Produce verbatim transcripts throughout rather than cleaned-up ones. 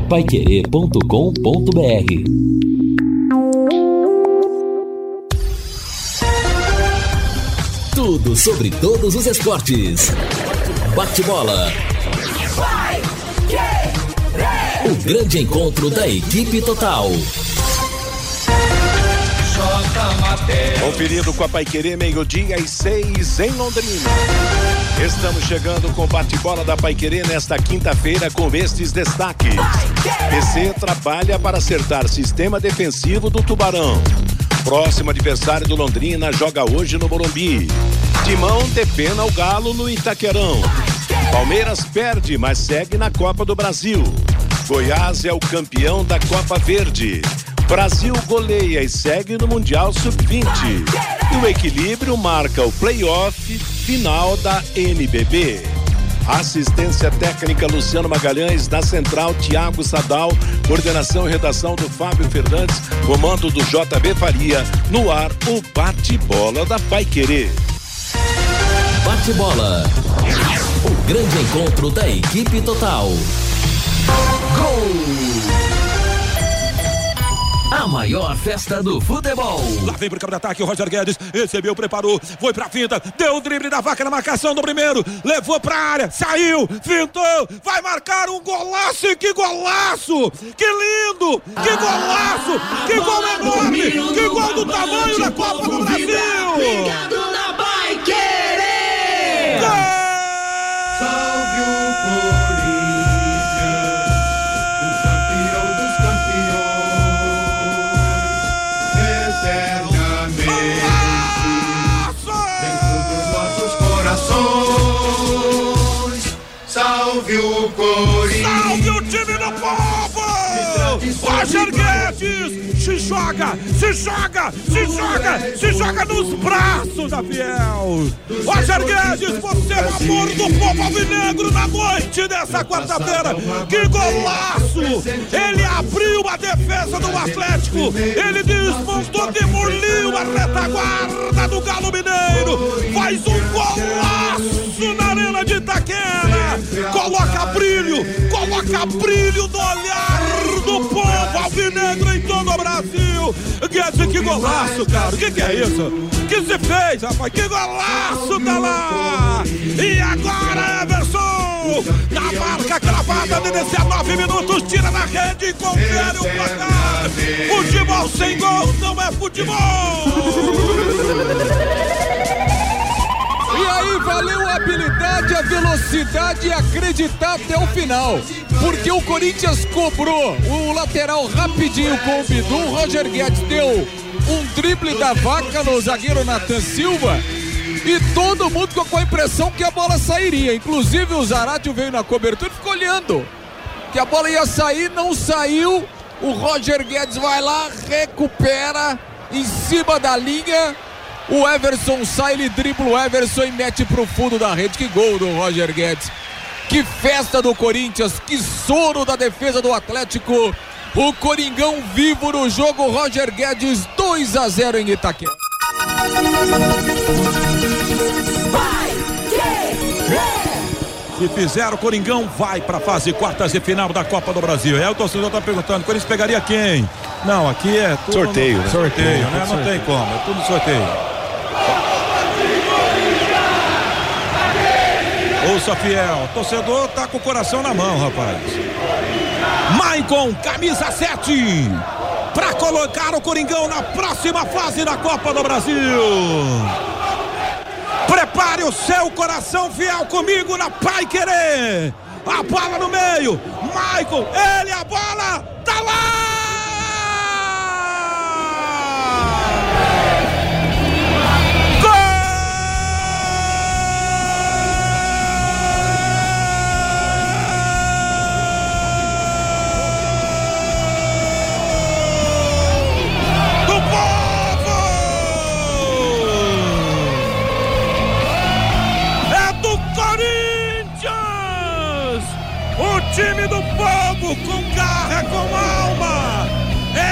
paiquerê ponto com ponto br. Tudo sobre todos os esportes. Bate-bola. O grande encontro da equipe total. Conferido com a Paiquerê, meio-dia e seis em Londrina. Estamos chegando com o bate-bola da Paiquerê nesta quinta-feira com estes destaques. P C trabalha para acertar sistema defensivo do Tubarão. Próximo adversário do Londrina joga hoje no Morumbi. Timão depena o Galo no Itaquerão. Palmeiras perde, mas segue na Copa do Brasil. Goiás é o campeão da Copa Verde. Brasil goleia e segue no Mundial sub vinte. E o equilíbrio marca o play-off final da N B B. Assistência técnica Luciano Magalhães, na central Tiago Sadal, coordenação e redação do Fábio Fernandes, comando do J B Faria, no ar o bate-bola da Paiquerê. Bate-bola. O grande encontro da equipe total. Gol! A maior festa do futebol. Lá vem pro campo de ataque o Roger Guedes, recebeu, preparou, foi pra finta, deu o drible da vaca na marcação do primeiro, levou pra área, saiu, fintou, vai marcar um golaço, e que golaço, que lindo, que golaço, que gol enorme, que gol do tamanho da Copa do Brasil. Obrigado na Paiquerê. Salve o Salve o Corinthians! Salve o time do povo! Roger Guedes se joga, se joga, se joga, se joga nos braços da Fiel. Roger Guedes, você é o amor do povo alvinegro na noite dessa quarta-feira. Que golaço! Ele abriu a defesa do Atlético, ele desmontou, demoliu a retaguarda do Galo Mineiro, faz um golaço na arena de Itaquera, coloca brilho, coloca brilho no olhar do povo alvinegro em todo o Brasil. Guedes, que golaço, cara, o que, que é isso? Que se fez, rapaz, que golaço tá lá. E agora, Everson, na marca cravada de dezenove minutos, tira na rede e confere o placar. Futebol sem gol não é futebol. E aí valeu a habilidade, a velocidade e acreditar até o final. Porque o Corinthians cobrou o lateral rapidinho com o Bidu. O Roger Guedes deu um drible da vaca no zagueiro Nathan Silva. E todo mundo ficou com a impressão que a bola sairia. Inclusive o Zaratio veio na cobertura e ficou olhando que a bola ia sair, não saiu. O Roger Guedes vai lá, recupera em cima da linha. O Everson sai, ele dribla o Everson e mete pro fundo da rede. Que gol do Roger Guedes. Que festa do Corinthians, que soro da defesa do Atlético. O Coringão vivo no jogo. Roger Guedes, dois a zero em Itaquera. Se fizer, o Coringão vai para a fase quartas de final da Copa do Brasil. É, o torcedor tá perguntando, o Corinthians pegaria quem? Não, aqui é tudo sorteio, no... né? sorteio, né? Não sorteio. tem como, é tudo sorteio. Ouça, Fiel, torcedor tá com o coração na mão, rapaz. Maicon, camisa sete, para colocar o Coringão na próxima fase da Copa do Brasil. Prepare o seu coração, Fiel, comigo na Paiquerê. A bola no meio, Maicon, ele, a bola, tá lá! Time do povo, com garra, com alma.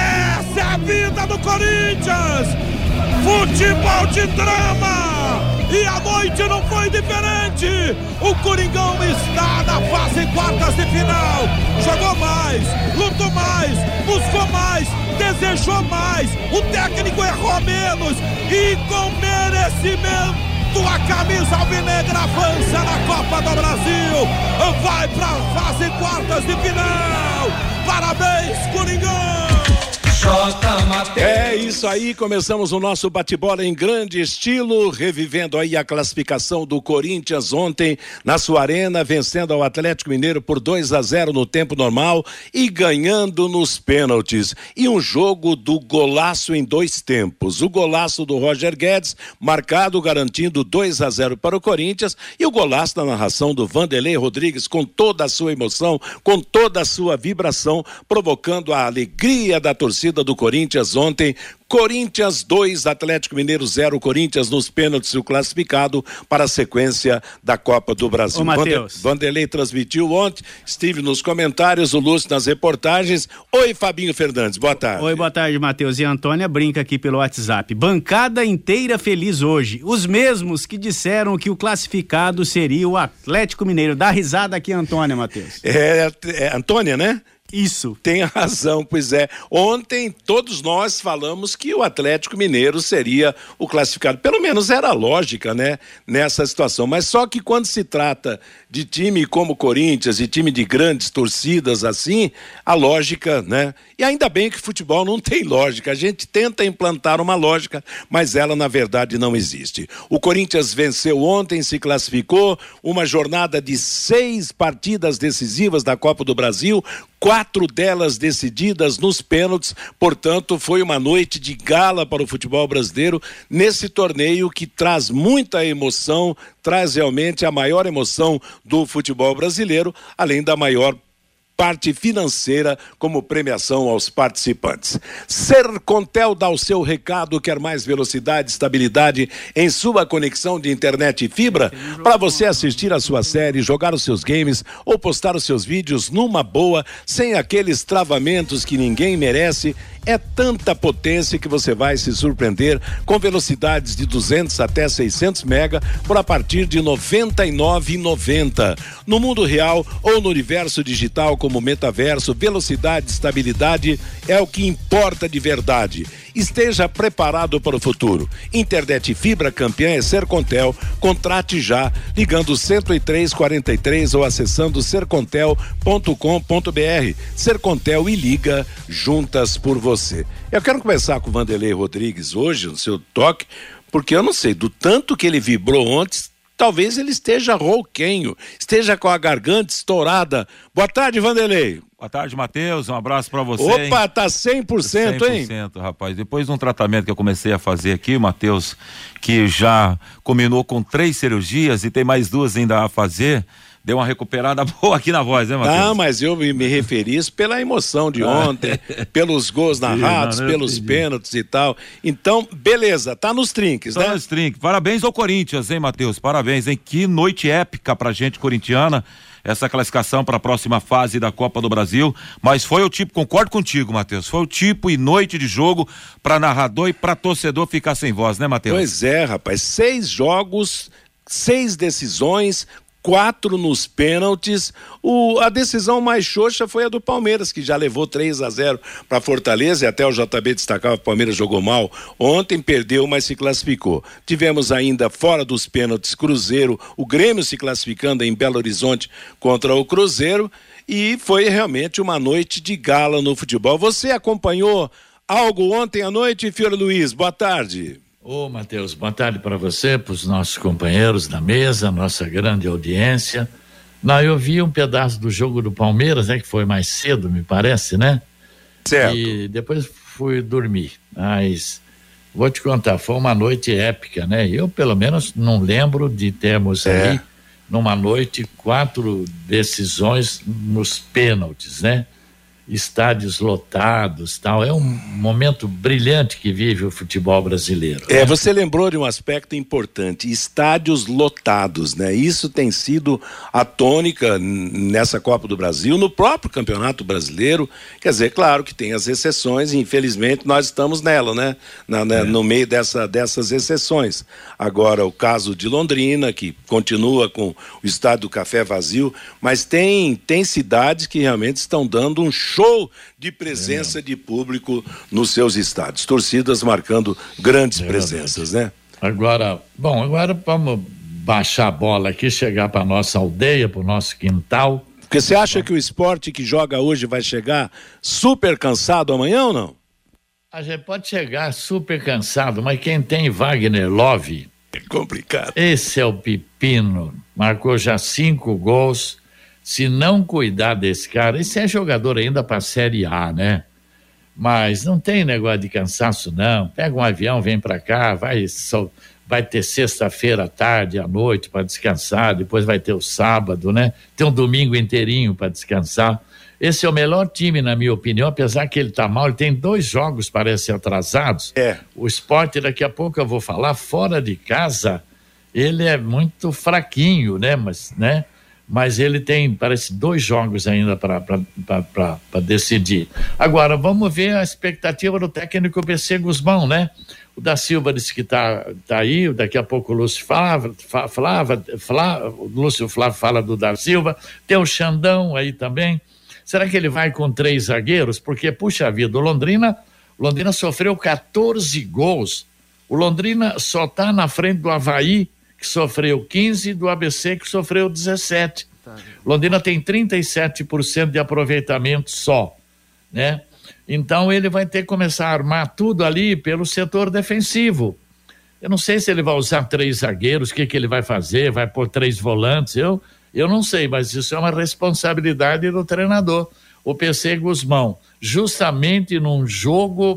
Essa é a vida do Corinthians. Futebol de drama e a noite não foi diferente. O Coringão está na fase quartas de final. Jogou mais, lutou mais, buscou mais, desejou mais. O técnico errou menos e com merecimento a camisa alvinegra avança na Copa do Brasil. Vai para a fase quartas de final. Parabéns, Coringão! É isso aí, começamos o nosso bate-bola em grande estilo, revivendo aí a classificação do Corinthians ontem na sua arena, vencendo ao Atlético Mineiro por dois a zero no tempo normal e ganhando nos pênaltis. E um jogo do golaço em dois tempos. O golaço do Roger Guedes, marcado, garantindo dois a zero para o Corinthians, e o golaço da narração do Vanderlei Rodrigues, com toda a sua emoção, com toda a sua vibração, provocando a alegria da torcida do Corinthians ontem. Corinthians dois, Atlético Mineiro zero, Corinthians nos pênaltis, o classificado para a sequência da Copa do Brasil. Ô, Matheus. Vanderlei transmitiu ontem, estive nos comentários, o Lúcio nas reportagens. Oi, Fabinho Fernandes, boa tarde. Oi, boa tarde, Matheus. E a Antônia brinca aqui pelo WhatsApp. Bancada inteira feliz hoje. Os mesmos que disseram que o classificado seria o Atlético Mineiro. Dá risada aqui, Antônia, Matheus. É, é Antônia, né? Isso. Tem razão, pois é. Ontem todos nós falamos que o Atlético Mineiro seria o classificado. Pelo menos era a lógica, né? Nessa situação. Mas só que quando se trata de time como Corinthians e time de grandes torcidas assim, a lógica, né? E ainda bem que futebol não tem lógica. A gente tenta implantar uma lógica, mas ela na verdade não existe. O Corinthians venceu ontem, se classificou, uma jornada de seis partidas decisivas da Copa do Brasil, quatro delas decididas nos pênaltis, portanto foi uma noite de gala para o futebol brasileiro nesse torneio que traz muita emoção, traz realmente a maior emoção do futebol brasileiro, além da maior parte financeira como premiação aos participantes. Sercontel dá o seu recado, quer mais velocidade e estabilidade em sua conexão de internet e fibra para você assistir a sua série, jogar os seus games ou postar os seus vídeos numa boa, sem aqueles travamentos que ninguém merece. É tanta potência que você vai se surpreender com velocidades de duzentos até seiscentos mega por a partir de noventa e nove reais e noventa centavos. No mundo real ou no universo digital como metaverso, velocidade e estabilidade é o que importa de verdade. Esteja preparado para o futuro. Internet fibra campeã é Sercontel. Contrate já ligando cento e três, quarenta e três ou acessando sercontel ponto com ponto br. Sercontel e liga juntas por você. Eu quero começar com o Vanderlei Rodrigues hoje, no seu toque, porque eu não sei, do tanto que ele vibrou ontem, talvez ele esteja rouquenho, esteja com a garganta estourada. Boa tarde, Vanderlei. Boa tarde, Matheus, um abraço pra você. Opa, hein? Tá cem por cento, hein? cem por cento, rapaz. Depois de um tratamento que eu comecei a fazer aqui, Matheus, que já combinou com três cirurgias e tem mais duas ainda a fazer, deu uma recuperada boa aqui na voz, né, Matheus? Ah, mas eu me, me referi isso pela emoção de ontem, pelos gols narrados, não, não, pelos pênaltis e tal. Então, beleza, tá nos trinques, né? Tá nos trinques. Parabéns ao Corinthians, hein, Matheus? Parabéns, hein? Que noite épica pra gente corintiana, essa classificação para a próxima fase da Copa do Brasil, mas foi o tipo, concordo contigo, Matheus, foi o tipo e noite de jogo para narrador e para torcedor ficar sem voz, né, Matheus? Pois é, rapaz, seis jogos, seis decisões, quatro nos pênaltis. O, a decisão mais xoxa foi a do Palmeiras, que já levou três a zero para Fortaleza, e até o J B destacava que o Palmeiras jogou mal ontem, perdeu, mas se classificou. Tivemos ainda fora dos pênaltis Cruzeiro, o Grêmio se classificando em Belo Horizonte contra o Cruzeiro, e foi realmente uma noite de gala no futebol. Você acompanhou algo ontem à noite, Fiore Luiz? Boa tarde. Ô, Matheus, boa tarde para você, para os nossos companheiros da mesa, nossa grande audiência. Não, eu vi um pedaço do jogo do Palmeiras, né, que foi mais cedo, me parece, né? Certo. E depois fui dormir, mas vou te contar, foi uma noite épica, né? Eu, pelo menos, não lembro de termos é. aí, numa noite, quatro decisões nos pênaltis, né? estádios lotados, tal. É um momento brilhante que vive o futebol brasileiro. É, né? Você lembrou de um aspecto importante, estádios lotados, né? Isso tem sido a tônica nessa Copa do Brasil, no próprio Campeonato Brasileiro. Quer dizer, claro que tem as exceções e infelizmente nós estamos nela, né? Na, na, é. No meio dessa, dessas exceções. Agora, o caso de Londrina, que continua com o Estádio do Café vazio, mas tem, tem cidades que realmente estão dando um show de presença é. de público nos seus estádios, torcidas marcando grandes é presenças, né? Agora, bom, agora vamos baixar a bola aqui, chegar para nossa aldeia, para o nosso quintal. Porque você acha que o esporte que joga hoje vai chegar super cansado amanhã ou não? A gente pode chegar super cansado, mas quem tem Wagner Love... É complicado. Esse é o pepino, marcou já cinco gols. Se não cuidar desse cara, esse é jogador ainda para a Série A, né? Mas não tem negócio de cansaço, não. Pega um avião, vem para cá, vai, só, vai ter sexta-feira à tarde, à noite para descansar, depois vai ter o sábado, né? Tem um domingo inteirinho para descansar. Esse é o melhor time, na minha opinião, apesar que ele tá mal, ele tem dois jogos, parece, atrasados. É. O Sport, daqui a pouco eu vou falar, fora de casa, ele é muito fraquinho, né? Mas, né? Mas ele tem, parece, dois jogos ainda para decidir. Agora, vamos ver a expectativa do técnico P C Guzmão, né? O da Silva disse que tá, tá aí, daqui a pouco o Lúcio Flávio, Flávio, Flávio, o Lúcio Flávio fala do da Silva, tem o Xandão aí também. Será que ele vai com três zagueiros? Porque, puxa vida, o Londrina, Londrina sofreu quatorze gols. O Londrina só está na frente do Avaí, que sofreu quinze, e do A B C, que sofreu dezessete. Tá. Londrina tem trinta e sete por cento de aproveitamento só, né? Então ele vai ter que começar a armar tudo ali pelo setor defensivo. Eu não sei se ele vai usar três zagueiros, o que que ele vai fazer, vai pôr três volantes, eu, eu não sei, mas isso é uma responsabilidade do treinador, o P C Guzmão, justamente num jogo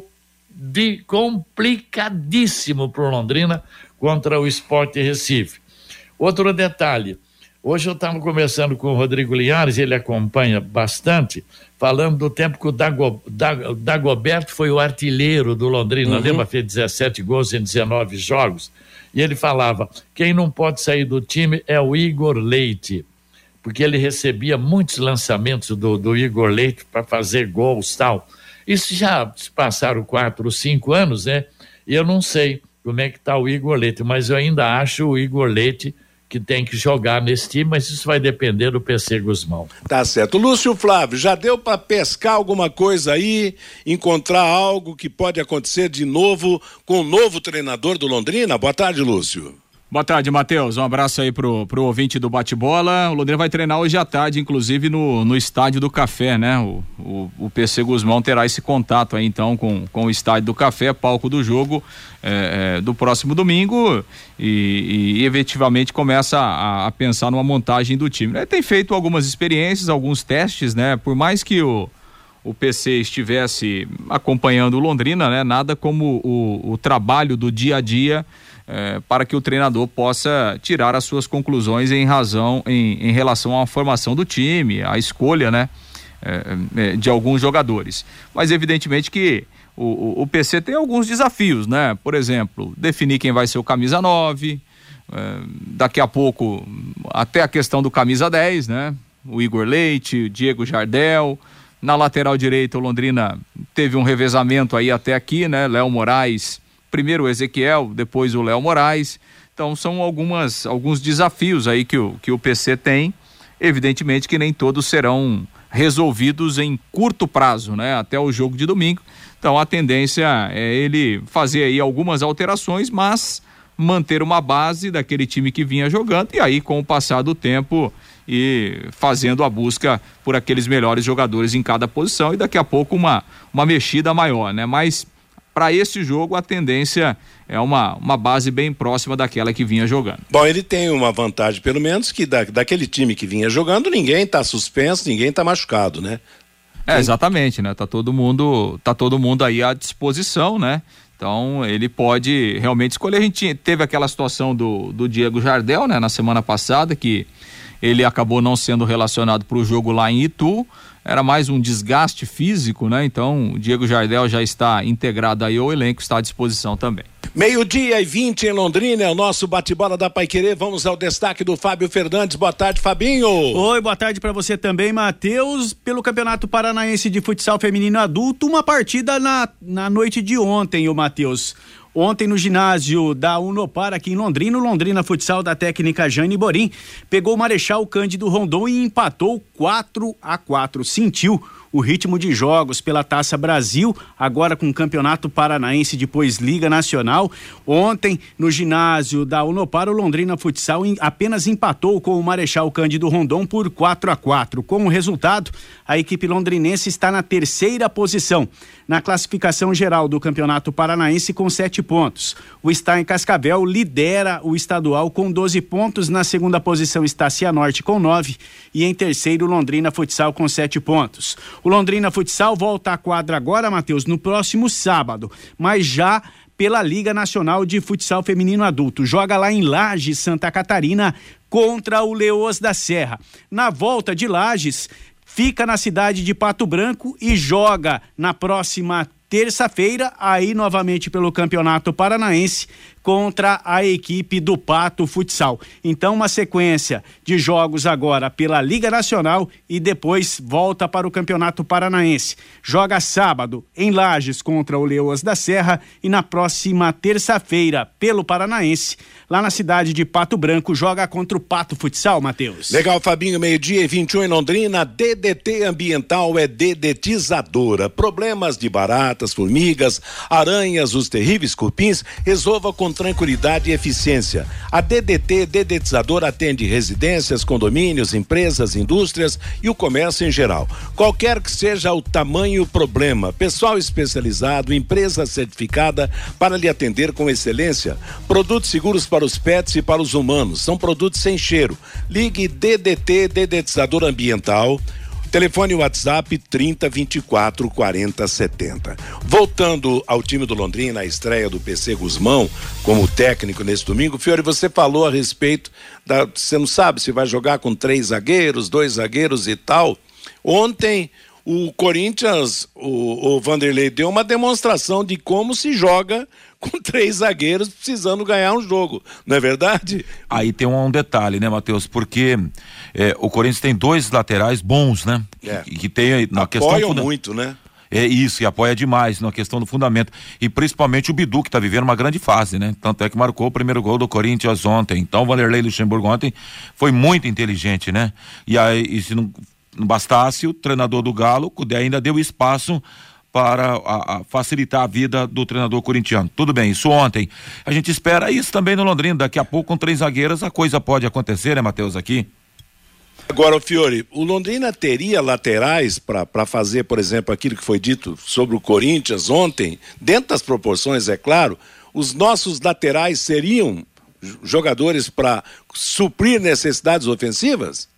de complicadíssimo para o Londrina contra o Sport Recife. Outro detalhe, hoje eu estava conversando com o Rodrigo Linhares, ele acompanha bastante, falando do tempo que o Dago, Dago, Dagoberto foi o artilheiro do Londrina, uhum. Lembra? Fez dezessete gols em dezenove jogos, e ele falava, quem não pode sair do time é o Igor Leite, porque ele recebia muitos lançamentos do, do Igor Leite para fazer gols e tal. Isso já se passaram quatro, cinco anos, né? E eu não sei como é que está o Igor Leite, mas eu ainda acho o Igor Leite que tem que jogar nesse time, mas isso vai depender do P C Guzmão. Tá certo. Lúcio Flávio, já deu para pescar alguma coisa aí, encontrar algo que pode acontecer de novo com o novo treinador do Londrina? Boa tarde, Lúcio. Boa tarde, Matheus. Um abraço aí pro, pro ouvinte do Bate-Bola. O Londrina vai treinar hoje à tarde, inclusive no, no Estádio do Café, né? O, o, o P C Guzmão terá esse contato aí, então, com, com o Estádio do Café, palco do jogo é, é, do próximo domingo e, e efetivamente começa a, a pensar numa montagem do time. Ele tem feito algumas experiências, alguns testes, né? Por mais que o o P C estivesse acompanhando o Londrina, né? Nada como o, o trabalho do dia a dia É, para que o treinador possa tirar as suas conclusões em razão, em, em relação à formação do time, à escolha, né, é, é, de alguns jogadores. Mas evidentemente que o, o, o P C tem alguns desafios, né? Por exemplo, definir quem vai ser o camisa nove, é, daqui a pouco até a questão do camisa dez, né? O Igor Leite, o Diego Jardel. Na lateral direita o Londrina teve um revezamento aí até aqui, né? Léo Moraes, primeiro o Ezequiel, depois o Léo Moraes. Então são algumas, alguns desafios aí que o, que o P C tem, evidentemente que nem todos serão resolvidos em curto prazo, né? Até o jogo de domingo. Então a tendência é ele fazer aí algumas alterações, mas manter uma base daquele time que vinha jogando e aí com o passar do tempo e fazendo a busca por aqueles melhores jogadores em cada posição e daqui a pouco uma, uma mexida maior, né? Mas para esse jogo a tendência é uma, uma base bem próxima daquela que vinha jogando. Bom, ele tem uma vantagem pelo menos que da, daquele time que vinha jogando ninguém está suspenso, ninguém está machucado, né? É, exatamente, né? Tá todo mundo, tá todo mundo aí à disposição, né? Então ele pode realmente escolher. A gente teve aquela situação do, do Diego Jardel, né? Na semana passada que ele acabou não sendo relacionado para o jogo lá em Itu. Era mais um desgaste físico, né? Então, o Diego Jardel já está integrado aí ao elenco, está à disposição também. Meio-dia e vinte em Londrina, é o nosso bate-bola da Paiquerê. Vamos ao destaque do Fábio Fernandes. Boa tarde, Fabinho. Oi, boa tarde para você também, Matheus. Pelo Campeonato Paranaense de Futsal Feminino Adulto, uma partida na, na noite de ontem, o Matheus. Ontem no ginásio da Unopar aqui em Londrina, o Londrina Futsal da técnica Jane Borim pegou o Marechal Cândido Rondon e empatou quatro a quatro. Sentiu o ritmo de jogos pela Taça Brasil, agora com o Campeonato Paranaense, depois Liga Nacional. Ontem, no ginásio da Unopar, o Londrina Futsal apenas empatou com o Marechal Cândido Rondon por quatro a quatro. Como resultado, a equipe londrinense está na terceira posição na classificação geral do Campeonato Paranaense com sete pontos. O Stein Cascavel lidera o estadual com doze pontos. Na segunda posição está Cianorte com nove e em terceiro Londrina Futsal com sete pontos. O Londrina Futsal volta à quadra agora, Matheus, no próximo sábado, mas já pela Liga Nacional de Futsal Feminino Adulto. Joga lá em Lages, Santa Catarina, contra o Leoas da Serra. Na volta de Lages, fica na cidade de Pato Branco e joga na próxima terça-feira, aí novamente pelo Campeonato Paranaense, contra a equipe do Pato Futsal. Então, uma sequência de jogos agora pela Liga Nacional e depois volta para o Campeonato Paranaense. Joga sábado em Lages contra o Leoas da Serra e na próxima terça-feira pelo Paranaense, lá na cidade de Pato Branco, joga contra o Pato Futsal, Matheus. Legal, Fabinho, meio-dia e vinte e um em Londrina. D D T Ambiental é dedetizadora. Problemas de baratas, formigas, aranhas, os terríveis cupins, resolva com tranquilidade e eficiência. A D D T Dedetizador atende residências, condomínios, empresas, indústrias e o comércio em geral. Qualquer que seja o tamanho o problema, pessoal especializado, empresa certificada para lhe atender com excelência. Produtos seguros para os pets e para os humanos. São produtos sem cheiro. Ligue D D T Dedetizador Ambiental. Telefone WhatsApp trinta, vinte e quatro, quarenta, setenta. Voltando ao time do Londrina, a estreia do P C Guzmão como técnico nesse domingo, Fiore, você falou a respeito da, você não sabe se vai jogar com três zagueiros, dois zagueiros e tal. Ontem o Corinthians, o, o Vanderlei deu uma demonstração de como se joga com três zagueiros precisando ganhar um jogo, não é verdade? Aí tem um, um detalhe, né, Matheus? Porque é, o Corinthians tem dois laterais bons, né? É. Que, que tem na questão apoiam funda... muito, né? É isso, e apoia demais na questão do fundamento. E principalmente o Bidu, que está vivendo uma grande fase, né? Tanto é que marcou o primeiro gol do Corinthians ontem. Então o Vanderlei Luxemburgo ontem foi muito inteligente, né? E aí, e se não, não bastasse, o treinador do Galo ainda deu espaço para a, a facilitar a vida do treinador corintiano. Tudo bem, isso ontem. A gente espera isso também no Londrina. Daqui a pouco, com três zagueiras, a coisa pode acontecer, né, Matheus, aqui? Agora, Fiore, o Londrina teria laterais para fazer, por exemplo, aquilo que foi dito sobre o Corinthians ontem, dentro das proporções, é claro, os nossos laterais seriam jogadores para suprir necessidades ofensivas?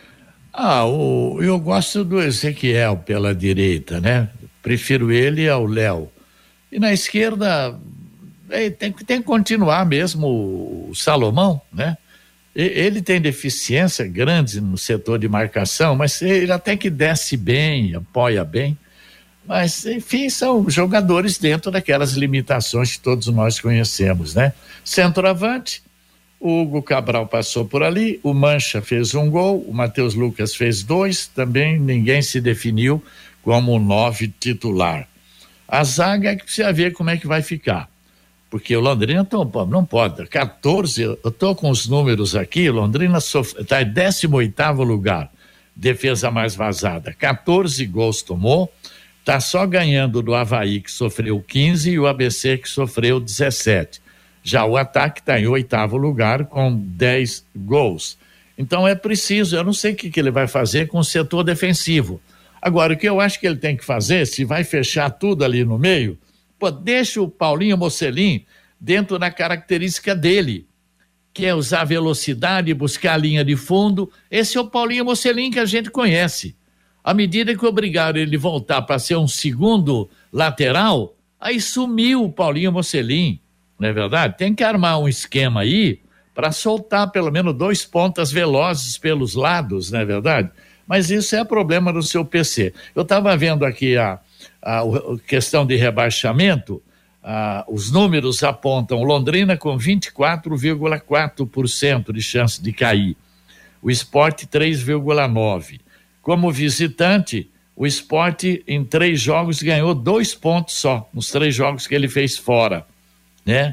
Ah, o, eu gosto do Ezequiel pela direita, né? Prefiro ele ao Léo. E na esquerda, é, tem, tem que continuar mesmo o Salomão, né? E, ele tem deficiência grande no setor de marcação, mas ele até que desce bem, apoia bem. Mas, enfim, são jogadores dentro daquelas limitações que todos nós conhecemos, né? Centroavante, o Hugo Cabral passou por ali, o Mancha fez um gol, o Matheus Lucas fez dois, também ninguém se definiu como nove titular. A zaga é que precisa ver como é que vai ficar, porque o Londrina tô, não pode, quatorze, eu estou com os números aqui, Londrina está em décimo oitavo lugar, defesa mais vazada, quatorze gols tomou, está só ganhando do Avaí, que sofreu quinze, e o A B C, que sofreu dezessete. Já o ataque está em oitavo lugar com dez gols. Então é preciso, eu não sei o que, que ele vai fazer com o setor defensivo. Agora, o que eu acho que ele tem que fazer, se vai fechar tudo ali no meio, pô, deixa o Paulinho Mocelin dentro da característica dele, que é usar velocidade, buscar a linha de fundo. Esse é o Paulinho Mocelin que a gente conhece. À medida que obrigaram ele a voltar para ser um segundo lateral, aí sumiu o Paulinho Mocelin, não é verdade? Tem que armar um esquema aí para soltar pelo menos dois pontas velozes pelos lados, não é verdade? Mas isso é problema do seu P C. Eu estava vendo aqui a, a, a questão de rebaixamento, a, os números apontam Londrina com vinte e quatro vírgula quatro por cento de chance de cair, o Sport três vírgula nove por cento. Como visitante, o Sport em três jogos ganhou dois pontos só, nos três jogos que ele fez fora, né?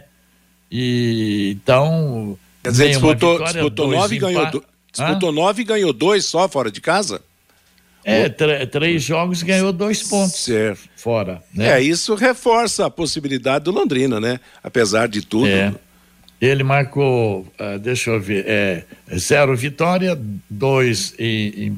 E então... Quer dizer, disputou, vitória, disputou nove e ganhou dois. Disputou ah? nove e ganhou dois só fora de casa? É, tr- três jogos ganhou dois pontos certo. fora. Né? É, isso reforça a possibilidade do Londrina, né? Apesar de tudo. É. Ele marcou, uh, deixa eu ver, é, zero vitória, dois em...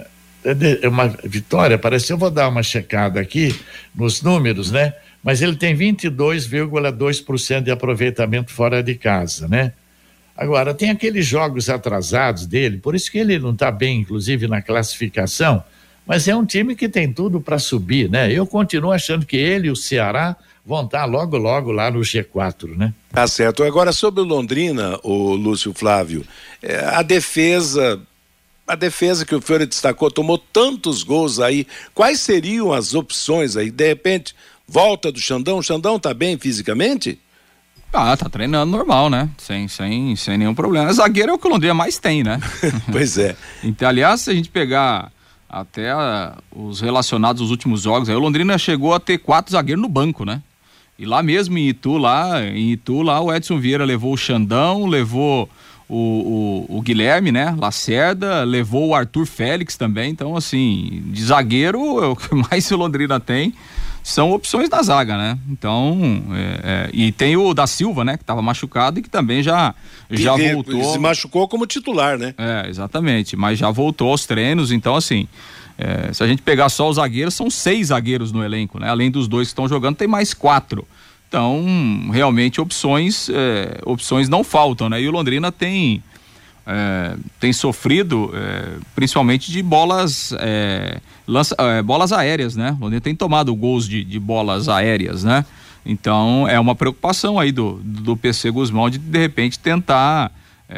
É uma vitória, parece, eu vou dar uma checada aqui nos números, né? Mas ele tem vinte e dois vírgula dois por cento de aproveitamento fora de casa, né? Agora, tem aqueles jogos atrasados dele, por isso que ele não está bem, inclusive, na classificação, mas é um time que tem tudo para subir, né? Eu continuo achando que ele e o Ceará vão estar logo, logo lá no G quatro, né? Tá certo. Agora, sobre o Londrina, o Lúcio Flávio, é, a defesa... A defesa que o Fiore destacou tomou tantos gols aí. Quais seriam as opções aí? De repente, volta do Xandão. O Xandão tá bem fisicamente? Ah, tá treinando normal, né? Sem, sem, sem nenhum problema. Zagueiro é o que o Londrina mais tem, né? Pois é. Então, aliás, se a gente pegar até a, os relacionados aos últimos jogos, aí o Londrina chegou a ter quatro zagueiros no banco, né? E lá mesmo em Itu, lá, em Itu, lá o Edson Vieira levou o Xandão, levou o, o, o Guilherme, né? Lacerda, levou o Arthur Félix também. Então, assim, de zagueiro, o que mais o Londrina tem são opções da zaga, né? Então, é, é, e tem o da Silva, né? Que estava machucado e que também já, já e, voltou. Se machucou como titular, né? É, exatamente, mas já voltou aos treinos, então assim, é, se a gente pegar só os zagueiros, são seis zagueiros no elenco, né? Além dos dois que estão jogando, tem mais quatro. Então, realmente, opções, é, opções não faltam, né? E o Londrina tem, é, tem sofrido, é, principalmente de bolas, é, lança, é, bolas aéreas, né? O Londrina tem tomado gols de, de bolas aéreas, né? Então, é uma preocupação aí do, do P C Guzmão de, de repente, tentar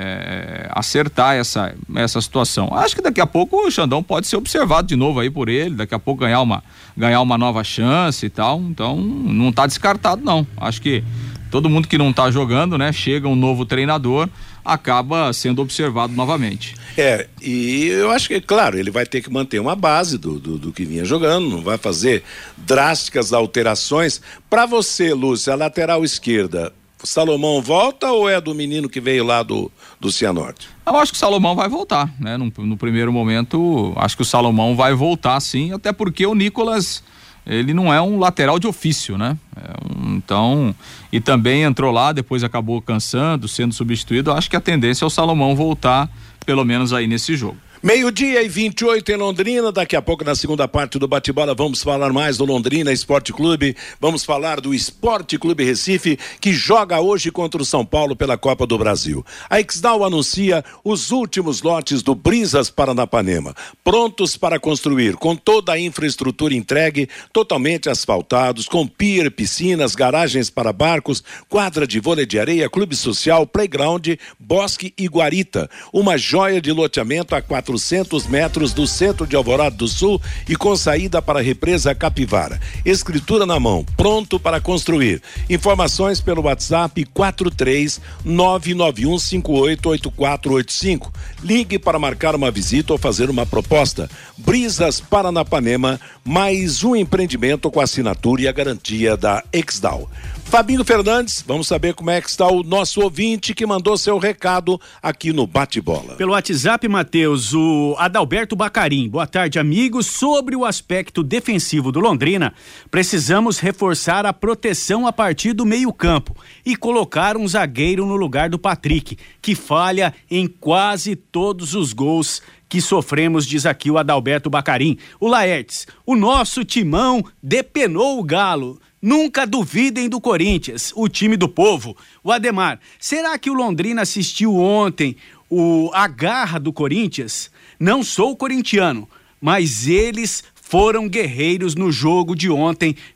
é, acertar essa, essa situação. Acho que daqui a pouco o Xandão pode ser observado de novo aí por ele, daqui a pouco ganhar uma, ganhar uma nova chance e tal. Então, não está descartado, não. Acho que todo mundo que não está jogando, né? Chega um novo treinador, acaba sendo observado novamente. É, e eu acho que, claro, ele vai ter que manter uma base do, do, do que vinha jogando, não vai fazer drásticas alterações. Para você, Lúcia, a lateral esquerda, o Salomão volta ou é do menino que veio lá do, do Cianorte? Eu acho que o Salomão vai voltar, né? No, no primeiro momento, acho que o Salomão vai voltar sim, até porque o Nicolas, ele não é um lateral de ofício, né? É um, então, e também entrou lá, depois acabou cansando, sendo substituído. Eu acho que a tendência é o Salomão voltar, pelo menos aí nesse jogo. Meio-dia e vinte e oito em Londrina. Daqui a pouco, na segunda parte do bate-bola, vamos falar mais do Londrina Esporte Clube. Vamos falar do Esporte Clube Recife, que joga hoje contra o São Paulo pela Copa do Brasil. A Exdal anuncia os últimos lotes do Brisas Paranapanema, prontos para construir, com toda a infraestrutura entregue, totalmente asfaltados, com pier, piscinas, garagens para barcos, quadra de vôlei de areia, clube social, playground, bosque e guarita. Uma joia de loteamento a quatrocentos metros do centro de Alvorada do Sul e com saída para a represa Capivara. Escritura na mão, pronto para construir. Informações pelo WhatsApp quatro três nove nove um cinco oito oito quatro oito cinco. Ligue para marcar uma visita ou fazer uma proposta. Brisas Paranapanema, mais um empreendimento com a assinatura e a garantia da Exdal. Fabinho Fernandes, vamos saber como é que está o nosso ouvinte que mandou seu recado aqui no Bate-Bola. Pelo WhatsApp, Matheus, o Adalberto Bacarim. Boa tarde, amigos. Sobre o aspecto defensivo do Londrina, precisamos reforçar a proteção a partir do meio-campo e colocar um zagueiro no lugar do Patrick, que falha em quase todos os gols que sofremos, diz aqui o Adalberto Bacarim. O Laertes, o nosso timão depenou o Galo. Nunca duvidem do Corinthians, o time do povo. O Ademar, será que o Londrina assistiu ontem o a garra do Corinthians? Não sou corintiano, mas eles foram guerreiros no jogo de ontem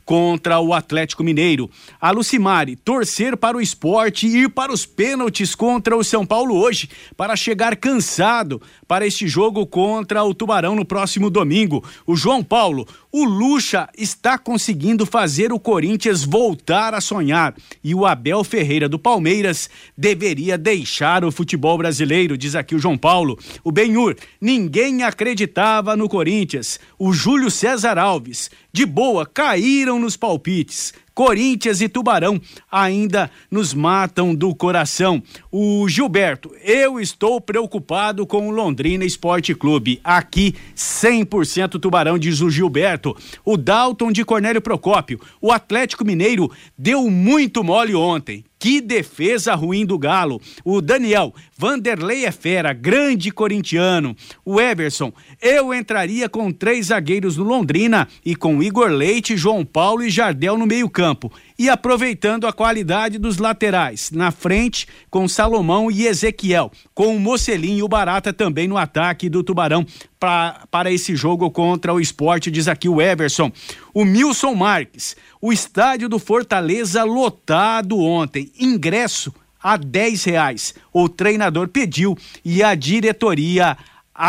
contra o Atlético Mineiro. A Lucimari, torcer para o Sport e ir para os pênaltis contra o São Paulo hoje, para chegar cansado para este jogo contra o Tubarão no próximo domingo. O João Paulo, o Lucha está conseguindo fazer o Corinthians voltar a sonhar e o Abel Ferreira do Palmeiras deveria deixar o futebol brasileiro, diz aqui o João Paulo. O Benhur, ninguém acreditava no Corinthians. O Júlio César Alves, de boa, caíram nos palpites. Corinthians e Tubarão ainda nos matam do coração. O Gilberto, eu estou preocupado com o Londrina Esporte Clube. Aqui cem por cento Tubarão, diz o Gilberto. O Dalton de Cornélio Procópio, o Atlético Mineiro deu muito mole ontem. Que defesa ruim do Galo. O Daniel, Vanderlei é fera, grande corintiano. O Everson, eu entraria com três zagueiros no Londrina e com Igor Leite, João Paulo e Jardel no meio campo. E aproveitando a qualidade dos laterais, na frente com Salomão e Ezequiel, com o Mocelinho e o Barata também no ataque do Tubarão pra, para esse jogo contra o Sport, diz aqui o Everson. O Milson Marques, o estádio do Fortaleza lotado ontem, ingresso a dez reais. O treinador pediu e a diretoria a...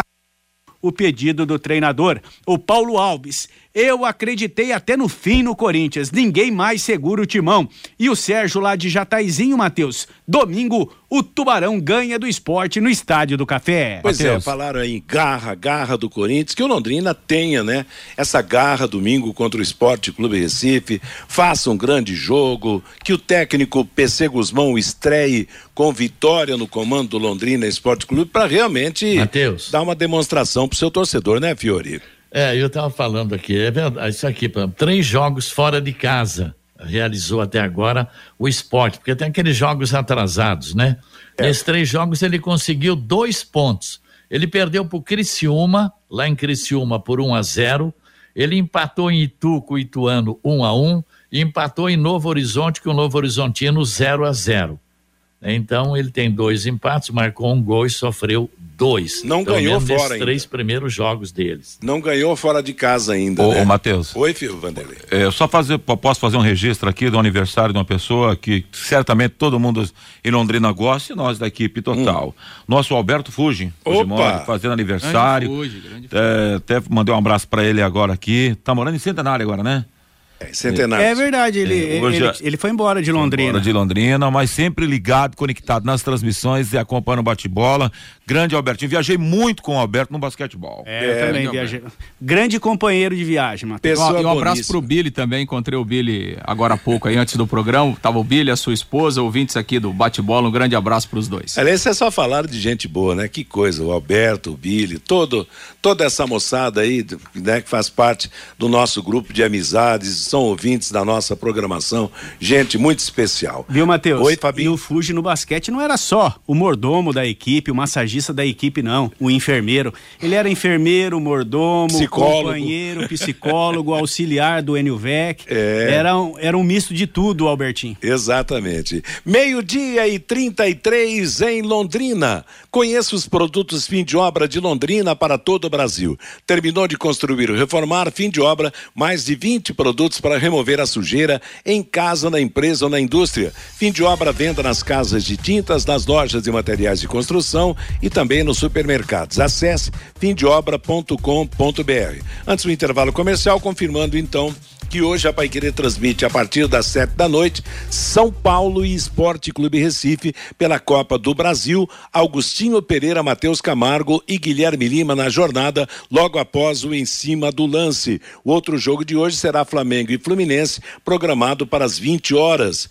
o pedido do treinador. O Paulo Alves, eu acreditei até no fim no Corinthians, ninguém mais segura o timão. E o Sérgio lá de Jataizinho, Matheus, domingo o Tubarão ganha do Sport no Estádio do Café. Pois Mateus. é, falaram aí garra, garra do Corinthians, que o Londrina tenha, né? Essa garra domingo contra o Sport Clube Recife, faça um grande jogo, que o técnico P C Guzmão estreie com vitória no comando do Londrina Esporte Clube para realmente Mateus. dar uma demonstração pro seu torcedor, né, Fiori? É, eu estava falando aqui, é verdade, isso aqui, por exemplo, três jogos fora de casa realizou até agora o Sport, porque tem aqueles jogos atrasados, né? É. Nesses três jogos ele conseguiu dois pontos. Ele perdeu pro Criciúma, lá em Criciúma por um a zero, ele empatou em Itu com o Ituano um a um e empatou em Novo Horizonte com o Novo Horizontino zero a zero. Então ele tem dois empates, marcou um gol e sofreu dois. Não Pelo ganhou menos fora nesses ainda. três primeiros jogos deles. Não ganhou fora de casa ainda, Ô, né? ô Matheus. Oi, filho Vanderlei. É, só fazer, posso fazer um registro aqui do aniversário de uma pessoa que certamente todo mundo em Londrina gosta e nós da equipe total. Hum. Nosso Alberto Fuji, Fujimori, fazendo aniversário. Grande Fuji, grande Fuji. É, até mandei um abraço pra ele agora aqui. Tá morando em Centenário agora, né? Centenário. É verdade, ele, é, hoje, ele, ele foi embora de Londrina. Embora de Londrina, mas sempre ligado, conectado nas transmissões e acompanhando o bate-bola. Grande Albertinho, viajei muito com o Alberto no basquetebol. É, eu é, também viajei. Grande companheiro de viagem, Matheus. E um abraço pro Billy também, encontrei o Billy agora há pouco aí, antes do programa, tava o Billy, a sua esposa, ouvintes aqui do bate-bola, um grande abraço pros dois. Aliás, é só falar de gente boa, né? Que coisa, o Alberto, o Billy, todo, toda essa moçada aí, né, que faz parte do nosso grupo de amizades, são ouvintes da nossa programação, gente muito especial. Viu, Matheus? Oi, Fabinho. E o Fuji no basquete não era só o mordomo da equipe, o massagista da equipe, não, o enfermeiro. Ele era enfermeiro, mordomo, psicólogo. companheiro, psicólogo, auxiliar do Enilvec. É. Era, um, era um misto de tudo, Albertinho. Exatamente. Meio-dia e trinta e três em Londrina. Conheça os produtos fim de obra de Londrina para todo o Brasil. Terminou de construir ou reformar, fim de obra, mais de vinte produtos para remover a sujeira em casa, na empresa ou na indústria. Fim de obra, venda nas casas de tintas, nas lojas de materiais de construção e também nos supermercados. Acesse fim de obra ponto com ponto b r. Antes do intervalo comercial, confirmando então que hoje a Paiquerê transmite a partir das sete da noite São Paulo e Esporte Clube Recife pela Copa do Brasil. Augustinho Pereira, Matheus Camargo e Guilherme Lima na jornada logo após o Em Cima do Lance. O outro jogo de hoje será Flamengo e Fluminense, programado para as vinte horas.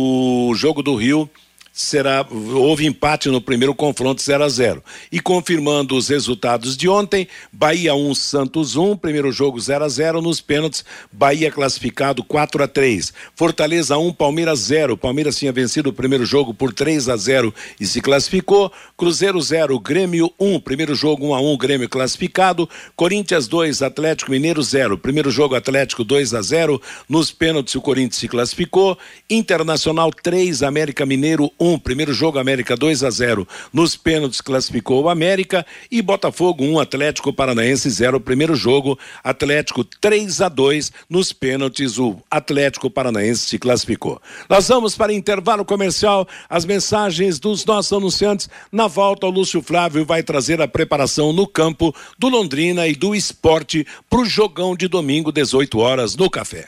O jogo do Rio será, houve empate no primeiro confronto zero a zero. E confirmando os resultados de ontem, Bahia um, Santos um, primeiro jogo zero a zero, nos pênaltis, Bahia classificado quatro a três. Fortaleza um, Palmeiras zero. Palmeiras tinha vencido o primeiro jogo por três a zero e se classificou. Cruzeiro zero, Grêmio um, primeiro jogo um a um, Grêmio classificado. Corinthians dois, Atlético Mineiro zero. Primeiro jogo Atlético dois a zero, nos pênaltis o Corinthians se classificou. Internacional três, América Mineiro um. Primeiro jogo, América dois a zero. Nos pênaltis classificou o América e Botafogo um, Atlético Paranaense zero. Primeiro jogo, Atlético três a dois. Nos pênaltis, o Atlético Paranaense se classificou. Nós vamos para intervalo comercial, as mensagens dos nossos anunciantes. Na volta, o Lúcio Flávio vai trazer a preparação no campo do Londrina e do Esporte para o jogão de domingo, dezoito horas, no Café.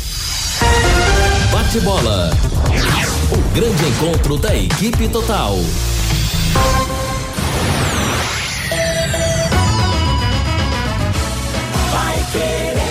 Bate bola. O grande encontro da equipe total. Vai querer.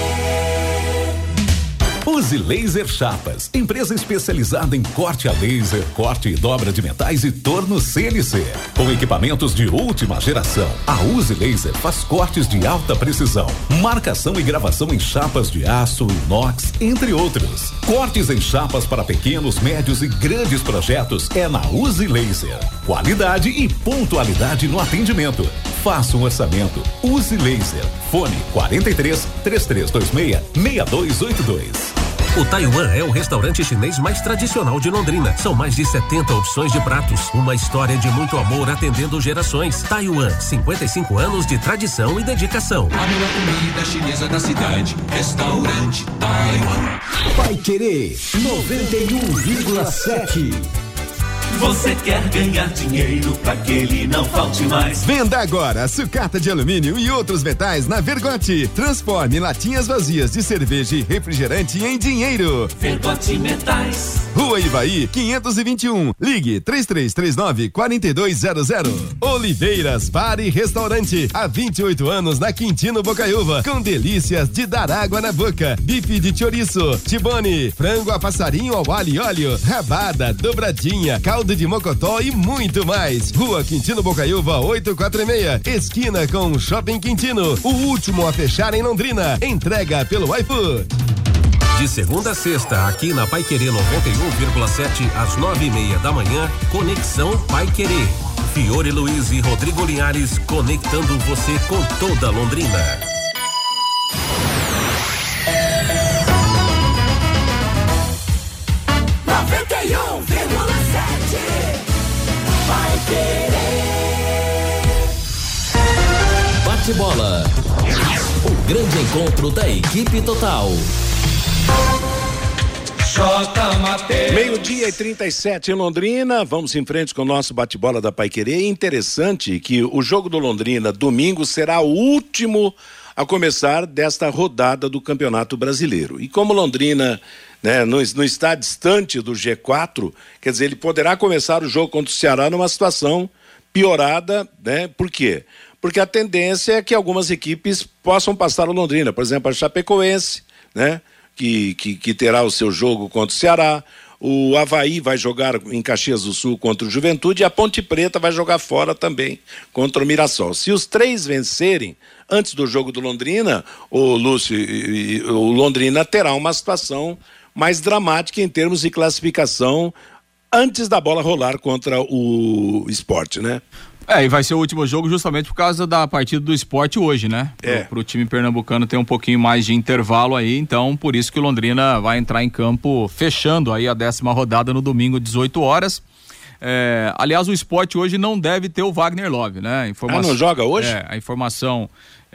Use Laser Chapas, empresa especializada em corte a laser, corte e dobra de metais e torno C N C. Com equipamentos de última geração, a Use Laser faz cortes de alta precisão, marcação e gravação em chapas de aço, inox, entre outros. Cortes em chapas para pequenos, médios e grandes projetos é na Use Laser. Qualidade e pontualidade no atendimento. Faça um orçamento. Use Laser. Fone quarenta e três, três três dois seis, seis dois oito dois. O Taiwan é o restaurante chinês mais tradicional de Londrina. São mais de setenta opções de pratos. Uma história de muito amor atendendo gerações. Taiwan, cinquenta e cinco anos de tradição e dedicação. A melhor comida chinesa da cidade. Restaurante Taiwan. Vai querer noventa e um vírgula sete. Você quer ganhar dinheiro pra que ele não falte mais. Venda agora sucata de alumínio e outros metais na Vergote. Transforme latinhas vazias de cerveja e refrigerante em dinheiro. Vergote Metais. Rua Ivaí, quinhentos e vinte e um. Ligue três três três nove, quatro dois zero zero. Oliveiras Bar e Restaurante. Há vinte e oito anos na Quintino Bocaiúva. Com delícias de dar água na boca. Bife de chouriço, tibone, frango a passarinho ao alho e óleo, rabada, dobradinha, caldo de mocotó e muito mais. Rua Quintino Bocaiúva oitocentos e quarenta e seis, esquina com Shopping Quintino, o último a fechar em Londrina. Entrega pelo iFood. De segunda a sexta, aqui na Paiquerê noventa e um vírgula sete, às nove e meia da manhã, Conexão Paiquerê. Fiore Luiz e Rodrigo Linhares conectando você com toda Londrina. noventa e um vírgula sete. Vai querer. Bate bola. O grande encontro da equipe total. Meio-dia e trinta e sete em Londrina. Vamos em frente com o nosso bate-bola da Paiquerê. Interessante que o jogo do Londrina domingo será o último a começar desta rodada do Campeonato Brasileiro. E como Londrina, né, não, não está distante do G quatro, quer dizer, ele poderá começar o jogo contra o Ceará numa situação piorada, né? Por quê? Porque a tendência é que algumas equipes possam passar o Londrina, por exemplo, a Chapecoense, né? Que, que, que terá o seu jogo contra o Ceará. O Avaí vai jogar em Caxias do Sul contra o Juventude e a Ponte Preta vai jogar fora também contra o Mirassol. Se os três vencerem antes do jogo do Londrina, o Lúcio, o Londrina terá uma situação mais dramática em termos de classificação antes da bola rolar contra o Sport, né? É, e vai ser o último jogo justamente por causa da partida do Sport hoje, né? É. Pro, pro time pernambucano ter um pouquinho mais de intervalo aí, então por isso que o Londrina vai entrar em campo fechando aí a décima rodada no domingo, dezoito horas. É, aliás, o Sport hoje não deve ter o Wagner Love, né? Informa... Ah, não joga hoje? É, a informação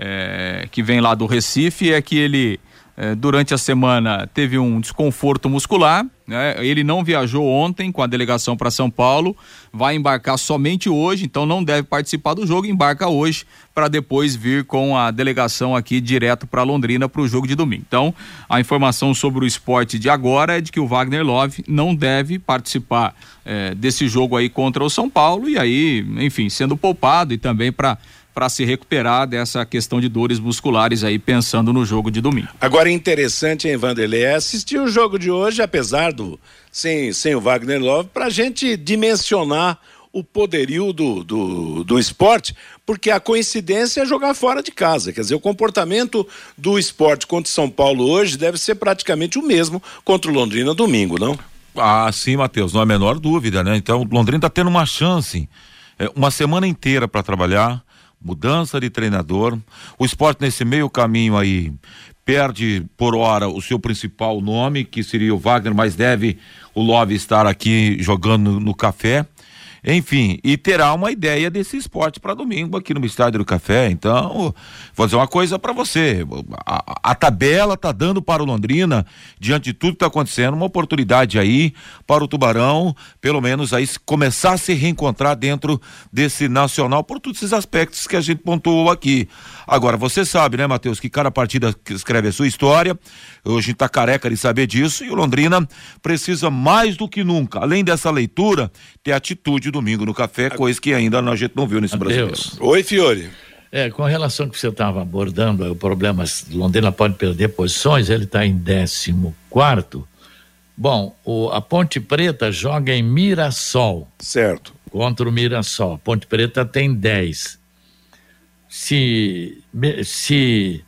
é, que vem lá do Recife é que ele é, durante a semana teve um desconforto muscular, né? Ele não viajou ontem com a delegação para São Paulo, vai embarcar somente hoje, então não deve participar do jogo, embarca hoje para depois vir com a delegação aqui direto para Londrina para o jogo de domingo. Então, a informação sobre o Sport de agora é de que o Wagner Love não deve participar é, desse jogo aí contra o São Paulo e aí, enfim, sendo poupado e também para para se recuperar dessa questão de dores musculares aí, pensando no jogo de domingo. Agora é interessante, hein, Vanderlei, é assistir o jogo de hoje, apesar do sem, sem o Wagner Love, pra gente dimensionar o poderio do, do, do esporte, porque a coincidência é jogar fora de casa, quer dizer, o comportamento do esporte contra o São Paulo hoje deve ser praticamente o mesmo contra o Londrina domingo, não? Ah, sim, Matheus, não há a menor dúvida, né? Então, o Londrina tá tendo uma chance, é, uma semana inteira para trabalhar, mudança de treinador. O Sport nesse meio caminho aí perde por hora o seu principal nome, que seria o Wagner, mas deve o Love estar aqui jogando no, no Café. Enfim, e terá uma ideia desse esporte para domingo aqui no Estádio do Café. Então, vou dizer uma coisa para você, a, a tabela tá dando para o Londrina, diante de tudo que tá acontecendo, uma oportunidade aí para o Tubarão, pelo menos aí começar a se reencontrar dentro desse nacional, por todos esses aspectos que a gente pontuou aqui. Agora, você sabe, né, Matheus, que cada partida escreve a sua história, hoje a gente tá careca de saber disso, e o Londrina precisa mais do que nunca, além dessa leitura, ter atitude domingo no Café, coisa que ainda a gente não viu nesse Brasileiro. Oi, Fiore. É, com relação ao que você estava abordando, o problema, Londrina pode perder posições, ele está em décimo quarto. Bom, o, a Ponte Preta joga em Mirassol. Certo. Contra o Mirassol. A Ponte Preta tem dez. Se, se,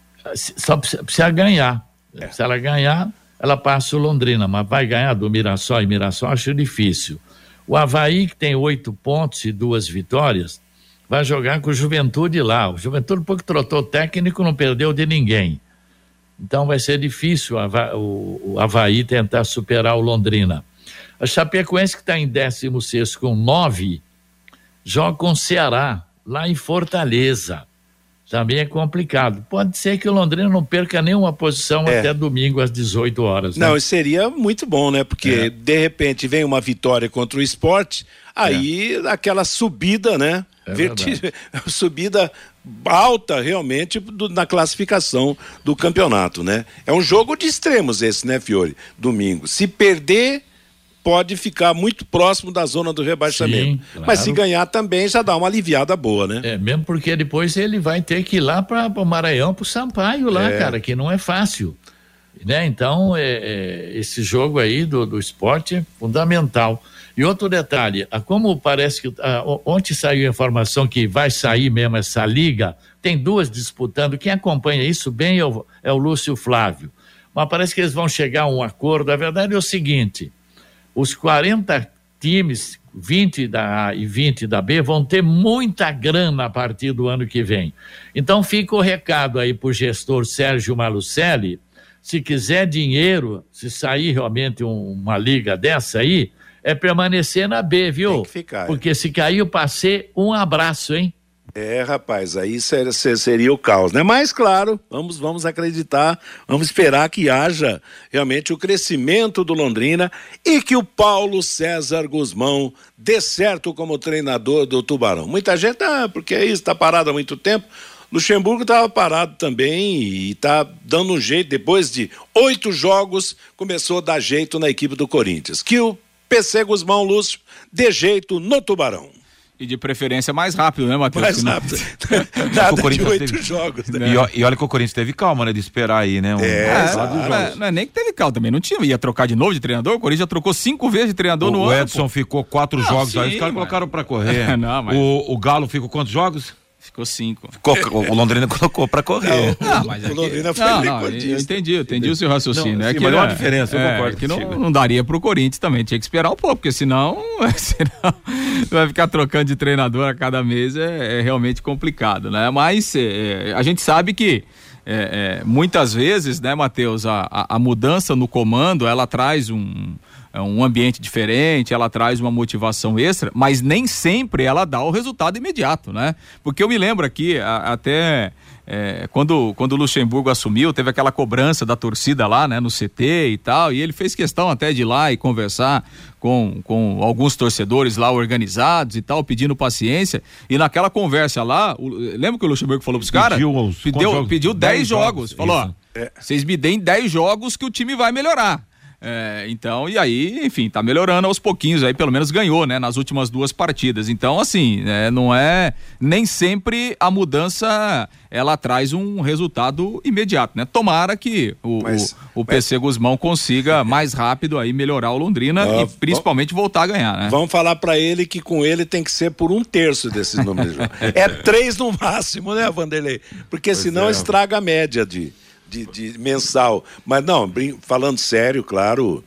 se só precisa, precisa ganhar. É. Se ela ganhar, ela passa o Londrina, mas vai ganhar do Mirassol e Mirassol, acho difícil. O Avaí, que tem oito pontos e duas vitórias, vai jogar com o Juventude lá. O Juventude, um pouco trotou técnico, não perdeu de ninguém. Então vai ser difícil o, Ava, o, o Avaí tentar superar o Londrina. A Chapecoense, que está em décimo sexto com nove, joga com o Ceará, lá em Fortaleza. Também é complicado. Pode ser que o Londrina não perca nenhuma posição é. até domingo às dezoito horas. Né? Não, seria muito bom, né? Porque é. de repente vem uma vitória contra o Sport, aí é. aquela subida, né? É Vertig... subida alta realmente do, na classificação do campeonato, né? É um jogo de extremos esse, né, Fiore? Domingo. Se perder, pode ficar muito próximo da zona do rebaixamento. Sim, claro. Mas se ganhar também já dá uma aliviada boa, né? É, mesmo porque depois ele vai ter que ir lá para o Maranhão, para o Sampaio lá, é. cara, que não é fácil. Né? Então, é, é, esse jogo aí do, do esporte é fundamental. E outro detalhe, como parece que ah, ontem saiu a informação que vai sair mesmo essa liga, tem duas disputando, quem acompanha isso bem é o, é o Lúcio Flávio. Mas parece que eles vão chegar a um acordo. A verdade é o seguinte: os quarenta times, vinte da A e vinte da B, vão ter muita grana a partir do ano que vem. Então fica o recado aí pro gestor Sérgio Malucelli, se quiser dinheiro, se sair realmente um, uma liga dessa aí, é permanecer na B, viu? Tem que ficar. Porque se cair o passe, um abraço, hein? É, rapaz, aí seria, seria o caos, né? Mas, claro, vamos, vamos acreditar, vamos esperar que haja realmente o crescimento do Londrina e que o Paulo César Guzmão dê certo como treinador do Tubarão. Muita gente, ah, porque é isso, tá parado há muito tempo. Luxemburgo estava parado também e está dando um jeito, depois de oito jogos, começou a dar jeito na equipe do Corinthians. Que o P C Guzmão, Lúcio, dê jeito no Tubarão. E de preferência mais rápido, né, Matheus? Mais rápido. Nada de oito teve... jogos. Né? E, e olha que o Corinthians teve calma, né, de esperar aí, né? Um... É, é não, é, não é nem que teve calma também, não tinha, ia trocar de novo de treinador, o Corinthians já trocou cinco vezes de treinador o, no o ano. O Edson pô. ficou quatro não, jogos, sim, aí os caras colocaram pra correr. Não, mas... o, o Galo ficou quantos jogos? Ficou cinco. Ficou, o Londrina colocou pra correr. Não, não, mas aqui... o Londrina foi não, não, eu entendi, eu entendi o seu raciocínio. Não, é sim, que mas é uma diferença, eu é, concordo. Que não, não daria pro Corinthians também, tinha que esperar um pouco, porque senão, senão vai ficar trocando de treinador a cada mês, é, é realmente complicado, né? Mas é, a gente sabe que é, é, muitas vezes, né, Matheus, a, a, a mudança no comando, ela traz um... um ambiente diferente, ela traz uma motivação extra, mas nem sempre ela dá o resultado imediato, né? Porque eu me lembro aqui, a, até é, quando, quando o Luxemburgo assumiu, teve aquela cobrança da torcida lá, né, no C T e tal, e ele fez questão até de ir lá e conversar com, com alguns torcedores lá organizados e tal, pedindo paciência, e naquela conversa lá, o, lembra que o Luxemburgo falou pros caras? Pediu, pediu dez jogos, jogos. Falou, isso. ó, vocês me deem dez jogos que o time vai melhorar. É, então, e aí, enfim, tá melhorando aos pouquinhos aí, pelo menos ganhou, né, nas últimas duas partidas. Então, assim, é, não é, nem sempre a mudança, ela traz um resultado imediato, né? Tomara que o, mas, o, o P C mas... Guzmão consiga mais rápido aí melhorar o Londrina ah, e principalmente vamos, voltar a ganhar, né? Vamos falar pra ele que com ele tem que ser por um terço desses números. É três no máximo, né, Vanderlei? Porque pois senão é. estraga a média de... De, de mensal, mas não, falando sério, claro,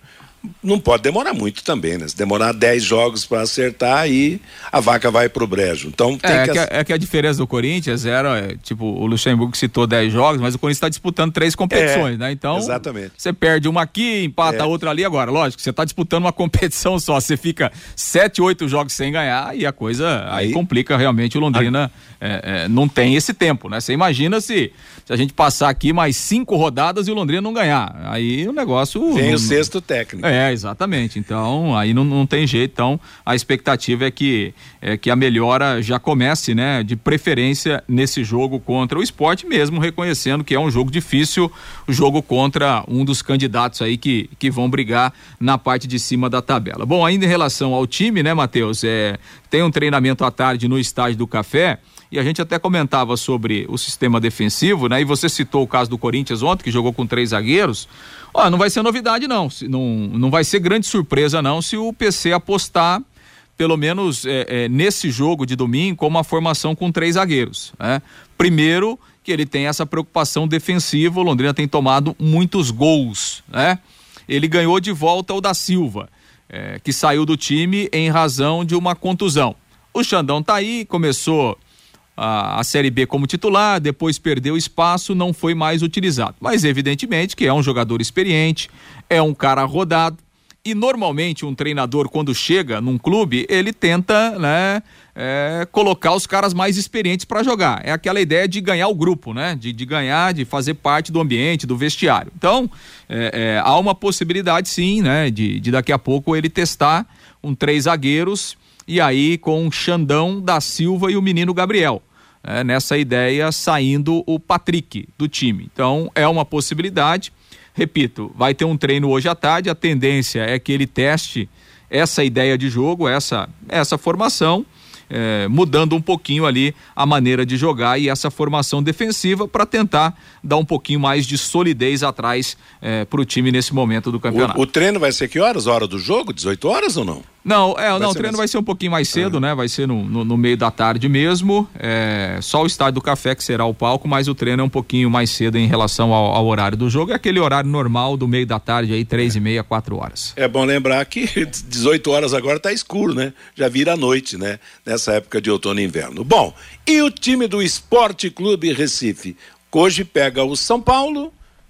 não pode demorar muito também, né? Se demorar dez jogos para acertar, aí a vaca vai pro brejo. Então tem é, que... que a, é que a diferença do Corinthians era, é, tipo, o Luxemburgo citou dez jogos, mas o Corinthians está disputando três competições, é, né? Então, exatamente. Você perde uma aqui, empata a é. outra ali. Agora, lógico, você está disputando uma competição só, você fica sete, oito jogos sem ganhar e a coisa aí, aí complica realmente. O Londrina é, é, não tem esse tempo, né? Você imagina se, se a gente passar aqui mais cinco rodadas e o Londrina não ganhar. Aí o negócio... Vem não, o sexto técnico. É, exatamente. Então, aí não, não tem jeito. Então, a expectativa é que, é que a melhora já comece, né? De preferência nesse jogo contra o Sport, mesmo reconhecendo que é um jogo difícil, o jogo contra um dos candidatos aí que, que vão brigar na parte de cima da tabela. Bom, ainda em relação ao time, né, Matheus? É, tem um treinamento à tarde no Estádio do Café. E a gente até comentava sobre o sistema defensivo, né? E você citou o caso do Corinthians ontem, que jogou com três zagueiros. Ó, não vai ser novidade não, não, não vai ser grande surpresa não se o P C apostar, pelo menos é, é, nesse jogo de domingo, com uma formação com três zagueiros, né? Primeiro, que ele tem essa preocupação defensiva, o Londrina tem tomado muitos gols, né? Ele ganhou de volta o da Silva, é, que saiu do time em razão de uma contusão. O Xandão tá aí, começou A, a Série B como titular, depois perdeu espaço, não foi mais utilizado. Mas evidentemente que é um jogador experiente, é um cara rodado, e normalmente um treinador, quando chega num clube, ele tenta, né, é, colocar os caras mais experientes para jogar. É aquela ideia de ganhar o grupo, né? De, de ganhar, de fazer parte do ambiente, do vestiário. Então, é, é, há uma possibilidade sim, né? De, de daqui a pouco ele testar um três zagueiros, e aí com o Xandão, da Silva e o menino Gabriel. É, nessa ideia, saindo o Patrick do time. Então, é uma possibilidade. Repito, vai ter um treino hoje à tarde, a tendência é que ele teste essa ideia de jogo, essa, essa formação, é, mudando um pouquinho ali a maneira de jogar e essa formação defensiva para tentar dar um pouquinho mais de solidez atrás é, para o time nesse momento do campeonato. O, o treino vai ser que horas? Hora do jogo? dezoito horas ou não? Não, é, não o treino mais... vai ser um pouquinho mais cedo, ah. né? Vai ser no, no, no meio da tarde mesmo, é, só o Estádio do Café que será o palco, mas o treino é um pouquinho mais cedo em relação ao, ao horário do jogo, é aquele horário normal do meio da tarde aí, três é. e meia, quatro horas. É bom lembrar que dezoito horas agora tá escuro, né? Já vira a noite, né? Nessa época de outono e inverno. Bom, e o time do Esporte Clube Recife? Hoje pega o São Paulo.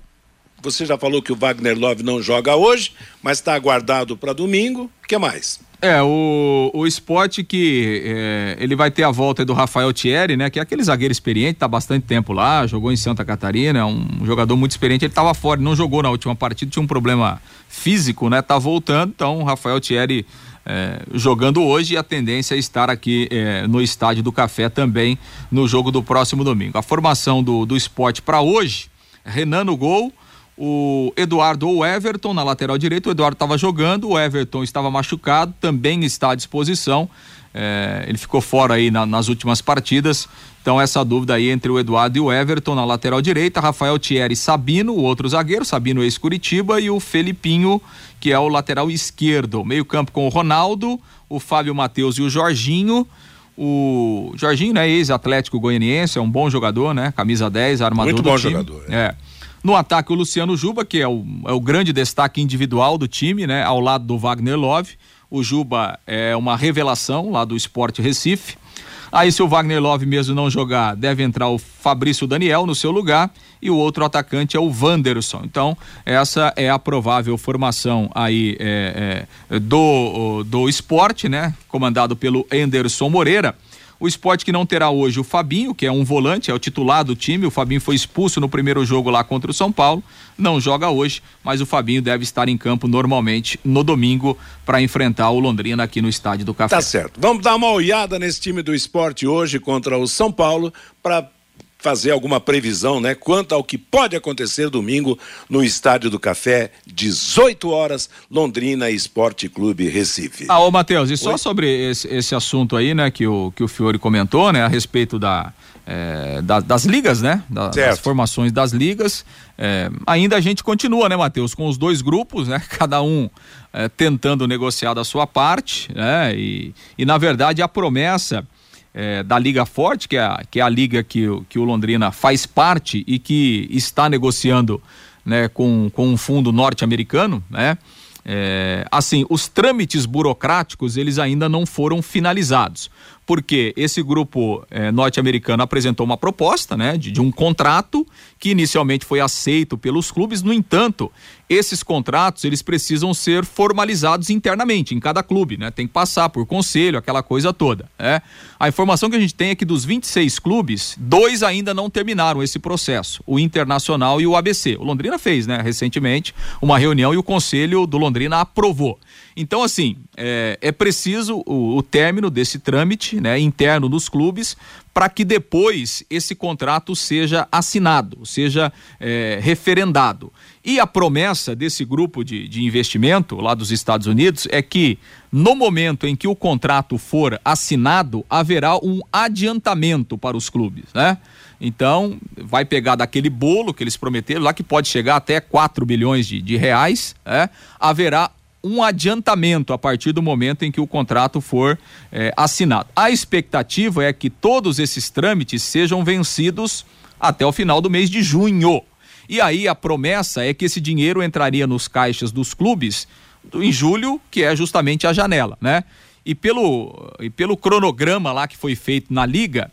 Você já falou que o Wagner Love não joga hoje, mas está aguardado para domingo. O que mais? É, o, o Sport que é, ele vai ter a volta do Rafael Thierry, né? Que é aquele zagueiro experiente, tá há bastante tempo lá, jogou em Santa Catarina, é um jogador muito experiente, ele tava fora, não jogou na última partida, tinha um problema físico, né? Tá voltando, então o Rafael Thierry é, jogando hoje e a tendência é estar aqui é, no Estádio do Café também no jogo do próximo domingo. A formação do, do Sport para hoje, Renan no gol, o Eduardo ou o Everton na lateral direita. O Eduardo estava jogando, o Everton estava machucado, também está à disposição, é, ele ficou fora aí na, nas últimas partidas, então essa dúvida aí entre o Eduardo e o Everton na lateral direita. Rafael Thierry, Sabino, o outro zagueiro, Sabino ex-Curitiba, e o Felipinho, que é o lateral esquerdo. Meio campo com o Ronaldo, o Fábio Matheus e o Jorginho. O Jorginho, né, ex-Atlético Goianiense, é um bom jogador, né, camisa dez, armador muito do bom time. Jogador, é. é. No ataque, o Luciano Juba, que é o, é o grande destaque individual do time, né? Ao lado do Wagner Love. O Juba é uma revelação lá do Sport Recife. Aí, se o Wagner Love mesmo não jogar, deve entrar o Fabrício Daniel no seu lugar, e o outro atacante é o Wanderson. Então, essa é a provável formação aí é, é, do, do Sport, né? Comandado pelo Anderson Moreira. O Sport que não terá hoje o Fabinho, que é um volante, é o titular do time. O Fabinho foi expulso no primeiro jogo lá contra o São Paulo, não joga hoje, mas o Fabinho deve estar em campo normalmente no domingo para enfrentar o Londrina aqui no Estádio do Café. Tá certo. Vamos dar uma olhada nesse time do Sport hoje contra o São Paulo para fazer alguma previsão, né? Quanto ao que pode acontecer domingo no Estádio do Café, dezoito horas, Londrina Esporte Clube Recife. Ah, ô Matheus, e só Oi? sobre esse, esse assunto aí, né, que o, que o Fiore comentou, né, a respeito da, é, da das ligas, né, da, das formações das ligas, é, ainda a gente continua, né, Matheus, com os dois grupos, né, cada um é, tentando negociar da sua parte, né, e, e na verdade a promessa É, da Liga Forte, que é a, que é a liga que, que o Londrina faz parte e que está negociando, né, com, com um fundo norte-americano, né, É, assim, os trâmites burocráticos, eles ainda não foram finalizados, porque esse grupo é, norte-americano apresentou uma proposta, né, de, de um contrato que inicialmente foi aceito pelos clubes. No entanto, esses contratos, eles precisam ser formalizados internamente, em cada clube, né, tem que passar por conselho, aquela coisa toda, né? A informação que a gente tem é que dos vinte e seis clubes, dois ainda não terminaram esse processo, o Internacional e o A B C. O Londrina fez, né, recentemente, uma reunião e o conselho do Londrina aprovou. Então, assim, é, é preciso o, o término desse trâmite, né, interno dos clubes, para que depois esse contrato seja assinado, seja é, referendado. E a promessa desse grupo de, de investimento lá dos Estados Unidos é que no momento em que o contrato for assinado, haverá um adiantamento para os clubes, né? Então, vai pegar daquele bolo que eles prometeram, lá que pode chegar até quatro bilhões de, de reais, né? Haverá um adiantamento a partir do momento em que o contrato for é, assinado. A expectativa é que todos esses trâmites sejam vencidos até o final do mês de junho. E aí a promessa é que esse dinheiro entraria nos caixas dos clubes em julho, que é justamente a janela, né? E pelo, e pelo cronograma lá que foi feito na Liga,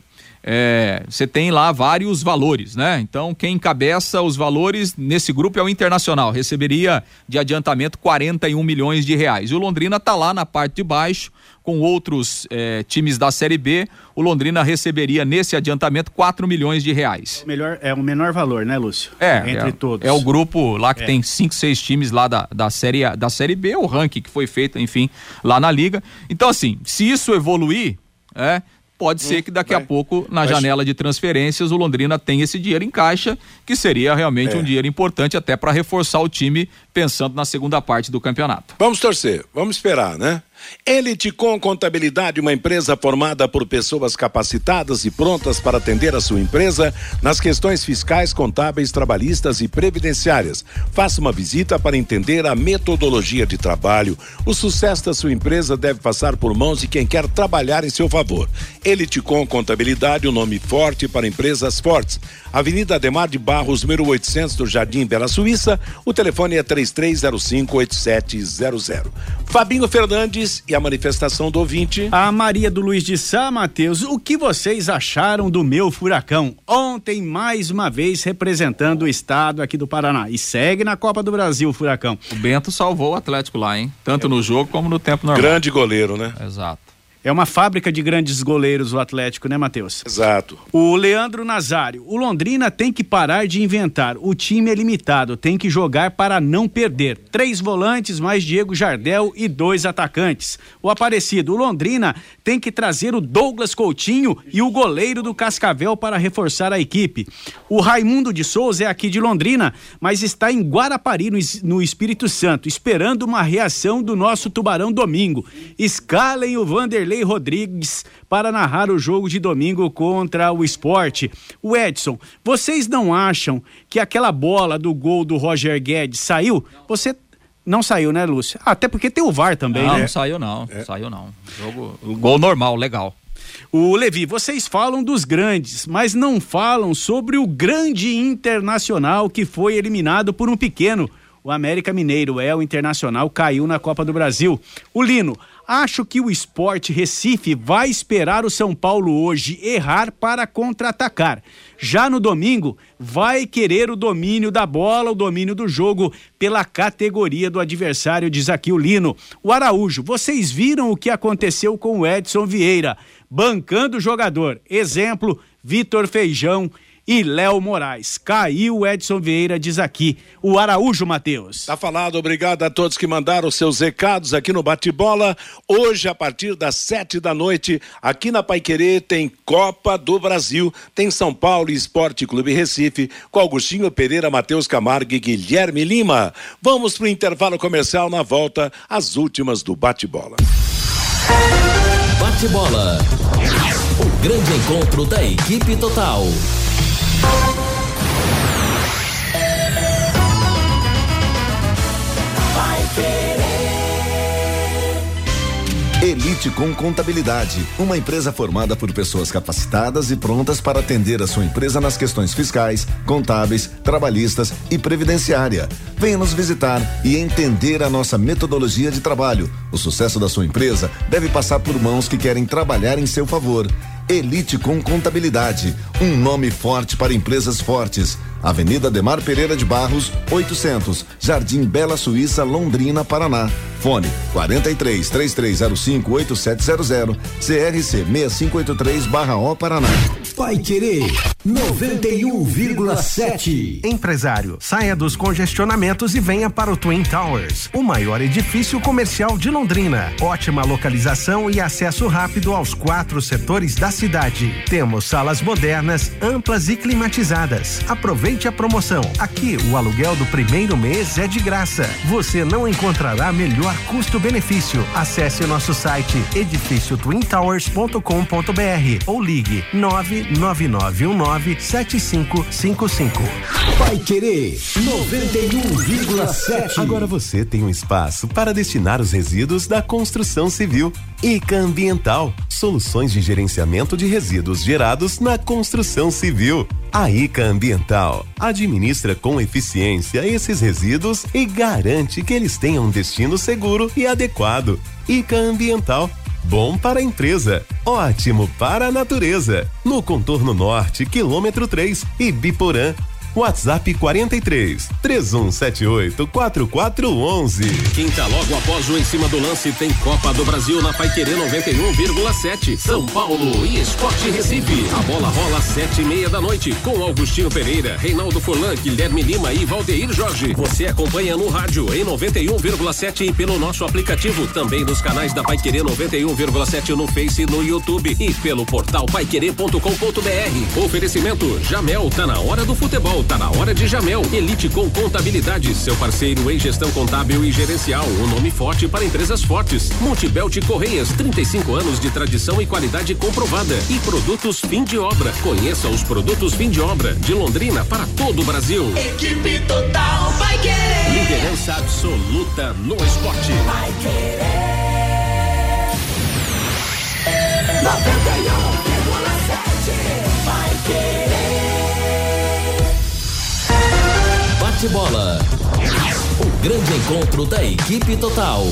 É, você tem lá vários valores, né? Então, quem encabeça os valores nesse grupo é o Internacional, receberia de adiantamento quarenta e um milhões de reais. E o Londrina tá lá na parte de baixo, com outros é, times da Série B. O Londrina receberia nesse adiantamento quatro milhões de reais. Melhor, é o menor valor, né, Lúcio? É, entre é, todos. É o grupo lá que é. tem cinco, seis times lá da, da, série, da Série B, o ranking que foi feito, enfim, lá na Liga. Então, assim, se isso evoluir, é... pode ser que daqui vai, a pouco, na vai. janela de transferências, o Londrina tenha esse dinheiro em caixa, que seria realmente É. um dinheiro importante até para reforçar o time, pensando na segunda parte do campeonato. Vamos torcer, vamos esperar, né? Eliticom Contabilidade, uma empresa formada por pessoas capacitadas e prontas para atender a sua empresa nas questões fiscais, contábeis, trabalhistas e previdenciárias. Faça uma visita para entender a metodologia de trabalho. O sucesso da sua empresa deve passar por mãos de quem quer trabalhar em seu favor. Eliticom Contabilidade, um nome forte para empresas fortes. Avenida Ademar de Barros, número oitocentos, do Jardim Bela Suíça. O telefone é três três zero cinco, oito sete zero zero. Fabinho Fernandes e a manifestação do ouvinte. A Maria do Luiz de Sá, Matheus, o que vocês acharam do meu Furacão? Ontem, mais uma vez, representando o estado aqui do Paraná. E segue na Copa do Brasil, o Furacão. O Bento salvou o Atlético lá, hein? Tanto é. no jogo como no tempo normal. Grande goleiro, né? Exato. É uma fábrica de grandes goleiros o Atlético, né, Matheus? Exato. O Leandro Nazário, o Londrina tem que parar de inventar, o time é limitado, tem que jogar para não perder. Três volantes, mais Diego Jardel e dois atacantes. O Aparecido, o Londrina tem que trazer o Douglas Coutinho e o goleiro do Cascavel para reforçar a equipe. O Raimundo de Souza é aqui de Londrina, mas está em Guarapari, no, no Espírito Santo, esperando uma reação do nosso Tubarão domingo. Escalem o Vanderlei Rodrigues para narrar o jogo de domingo contra o Sport. O Edson, vocês não acham que aquela bola do gol do Roger Guedes saiu? Você não saiu, né, Lúcio? Ah, até porque tem o V A R também, não, né? Não saiu não, é. saiu não. Jogo, gol normal, legal. O Levi, vocês falam dos grandes, mas não falam sobre o grande Internacional que foi eliminado por um pequeno. O América Mineiro, é o Internacional, caiu na Copa do Brasil. O Lino, acho que o Sport Recife vai esperar o São Paulo hoje errar para contra-atacar. Já no domingo, vai querer o domínio da bola, o domínio do jogo pela categoria do adversário, diz aqui o Lino. O Araújo, vocês viram o que aconteceu com o Edson Vieira, bancando o jogador. Exemplo, Vitor Feijão e Léo Moraes. Caiu o Edson Vieira, diz aqui o Araújo, Matheus. Tá falado, obrigado a todos que mandaram seus recados aqui no Bate-Bola. Hoje, a partir das sete da noite, aqui na Paiquerê tem Copa do Brasil, tem São Paulo e Esporte Clube Recife, com Augustinho Pereira, Matheus Camargo e Guilherme Lima. Vamos pro intervalo comercial, na volta, as últimas do Bate-Bola. Bate-Bola, o grande encontro da equipe total. Elite Elite com Contabilidade, uma empresa formada por pessoas capacitadas e prontas para atender a sua empresa nas questões fiscais, contábeis, trabalhistas e previdenciária. Venha nos visitar e entender a nossa metodologia de trabalho. O sucesso da sua empresa deve passar por mãos que querem trabalhar em seu favor. Elite com Contabilidade, um nome forte para empresas fortes. Avenida Ademar Pereira de Barros, oitocentos, Jardim Bela Suíça, Londrina, Paraná. Fone quarenta e três, três três zero cinco, oito sete zero zero, C R C seis cinco oito três barra O Paraná. Paiquerê noventa e um vírgula sete. Empresário, saia dos congestionamentos e venha para o Twin Towers, o maior edifício comercial de Londrina. Ótima localização e acesso rápido aos quatro setores da cidade. Temos salas modernas, amplas e climatizadas. Aproveite a promoção. Aqui o aluguel do primeiro mês é de graça. Você não encontrará melhor custo-benefício. Acesse nosso site edifício twin towers ponto com ponto b r ou ligue nove nove nove um nove sete cinco cinco cinco. Paiquerê noventa e um vírgula sete. Agora você tem um espaço para destinar os resíduos da construção civil. Ica Ambiental, soluções de gerenciamento de resíduos gerados na construção civil. A Ica Ambiental administra com eficiência esses resíduos e garante que eles tenham um destino seguro e adequado. Ica Ambiental, bom para a empresa, ótimo para a natureza. No contorno norte, quilômetro três, Ibiporã. WhatsApp quarenta e três, três um sete oito, quatro quatro um um. Quinta logo após o Em Cima do Lance tem Copa do Brasil na Paiquerê noventa e um vírgula sete. São Paulo e Sport Recife. A bola rola às sete e meia da noite com Augustinho Pereira, Reinaldo Furlan, Guilherme Lima e Valdeir Jorge. Você acompanha no rádio em noventa e um vírgula sete e pelo nosso aplicativo, também nos canais da Paiquerê noventa e um vírgula sete no Face e no YouTube e pelo portal paiquerê ponto com ponto b r. Oferecimento Jamel, tá na hora do futebol. Tá na hora de Jamel. Elite com Contabilidade, seu parceiro em gestão contábil e gerencial. Um nome forte para empresas fortes. Multibelt Correias, trinta e cinco anos de tradição e qualidade comprovada. E produtos fim de obra. Conheça os produtos fim de obra de Londrina para todo o Brasil. Equipe total vai querer. Liderança absoluta no esporte. Vai querer. noventa e um vírgula sete. Vai querer. Bate-bola. O grande encontro da equipe total.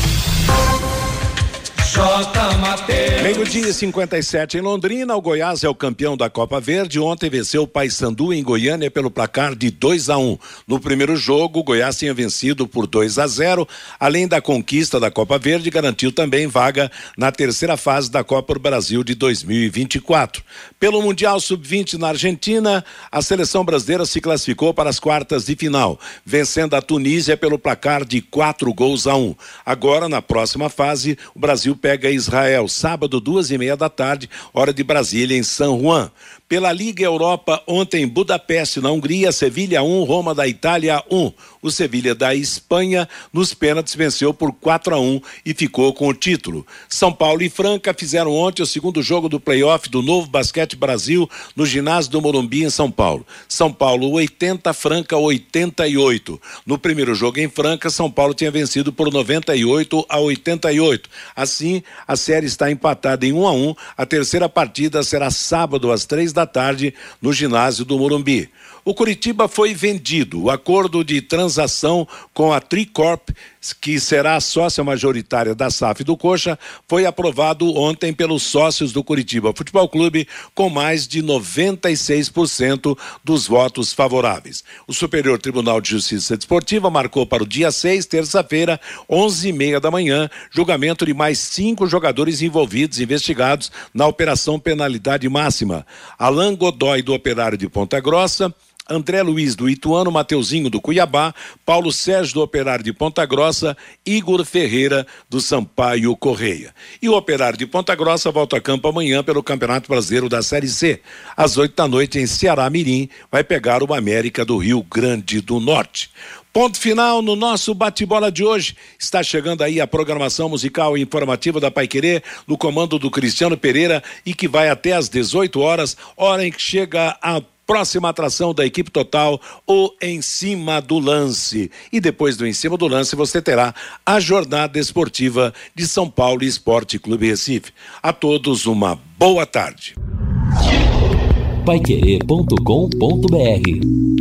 Meio-dia e cinquenta e sete em Londrina, o Goiás é o campeão da Copa Verde. Ontem venceu o Paysandu em Goiânia pelo placar de dois a um. No primeiro jogo, o Goiás tinha vencido por dois a zero. Além da conquista da Copa Verde, garantiu também vaga na terceira fase da Copa do Brasil de dois mil e vinte e quatro. Pelo Mundial sub vinte na Argentina, a seleção brasileira se classificou para as quartas de final, vencendo a Tunísia pelo placar de quatro gols a um. Agora, na próxima fase, o Brasil pega Israel, sábado, duas e meia da tarde, hora de Brasília, em São Juan. Pela Liga Europa, ontem em Budapeste, na Hungria, Sevilha um, Roma da Itália um. O Sevilha da Espanha, nos pênaltis, venceu por quatro a um e ficou com o título. São Paulo e Franca fizeram ontem o segundo jogo do play-off do Novo Basquete Brasil no ginásio do Morumbi, em São Paulo. São Paulo oitenta, Franca oitenta e oito. No primeiro jogo em Franca, São Paulo tinha vencido por noventa e oito a oitenta e oito. Assim, a série está empatada em um a um. A terceira partida será sábado às três da tarde no ginásio do Morumbi. O Curitiba foi vendido. O acordo de transação com a Tricorp, que será a sócia majoritária da S A F do Coxa, foi aprovado ontem pelos sócios do Curitiba Futebol Clube, com mais de noventa e seis por cento dos votos favoráveis. O Superior Tribunal de Justiça Desportiva marcou para o dia seis, terça-feira, onze e meia da manhã, julgamento de mais cinco jogadores envolvidos, investigados na Operação Penalidade Máxima. Alain Godoy, do Operário de Ponta Grossa, André Luiz do Ituano, Mateuzinho do Cuiabá, Paulo Sérgio do Operário de Ponta Grossa, Igor Ferreira do Sampaio Correia. E o Operário de Ponta Grossa volta a campo amanhã pelo Campeonato Brasileiro da Série C. Às oito da noite em Ceará Mirim, vai pegar o América do Rio Grande do Norte. Ponto final no nosso bate-bola de hoje. Está chegando aí a programação musical e informativa da Paiquerê, no comando do Cristiano Pereira, e que vai até às dezoito horas, hora em que chega a Próxima atração da equipe total, o Em Cima do Lance. E depois do Em Cima do Lance, você terá a jornada esportiva de São Paulo Esporte Clube Recife. A todos uma boa tarde. paiquerê ponto com ponto br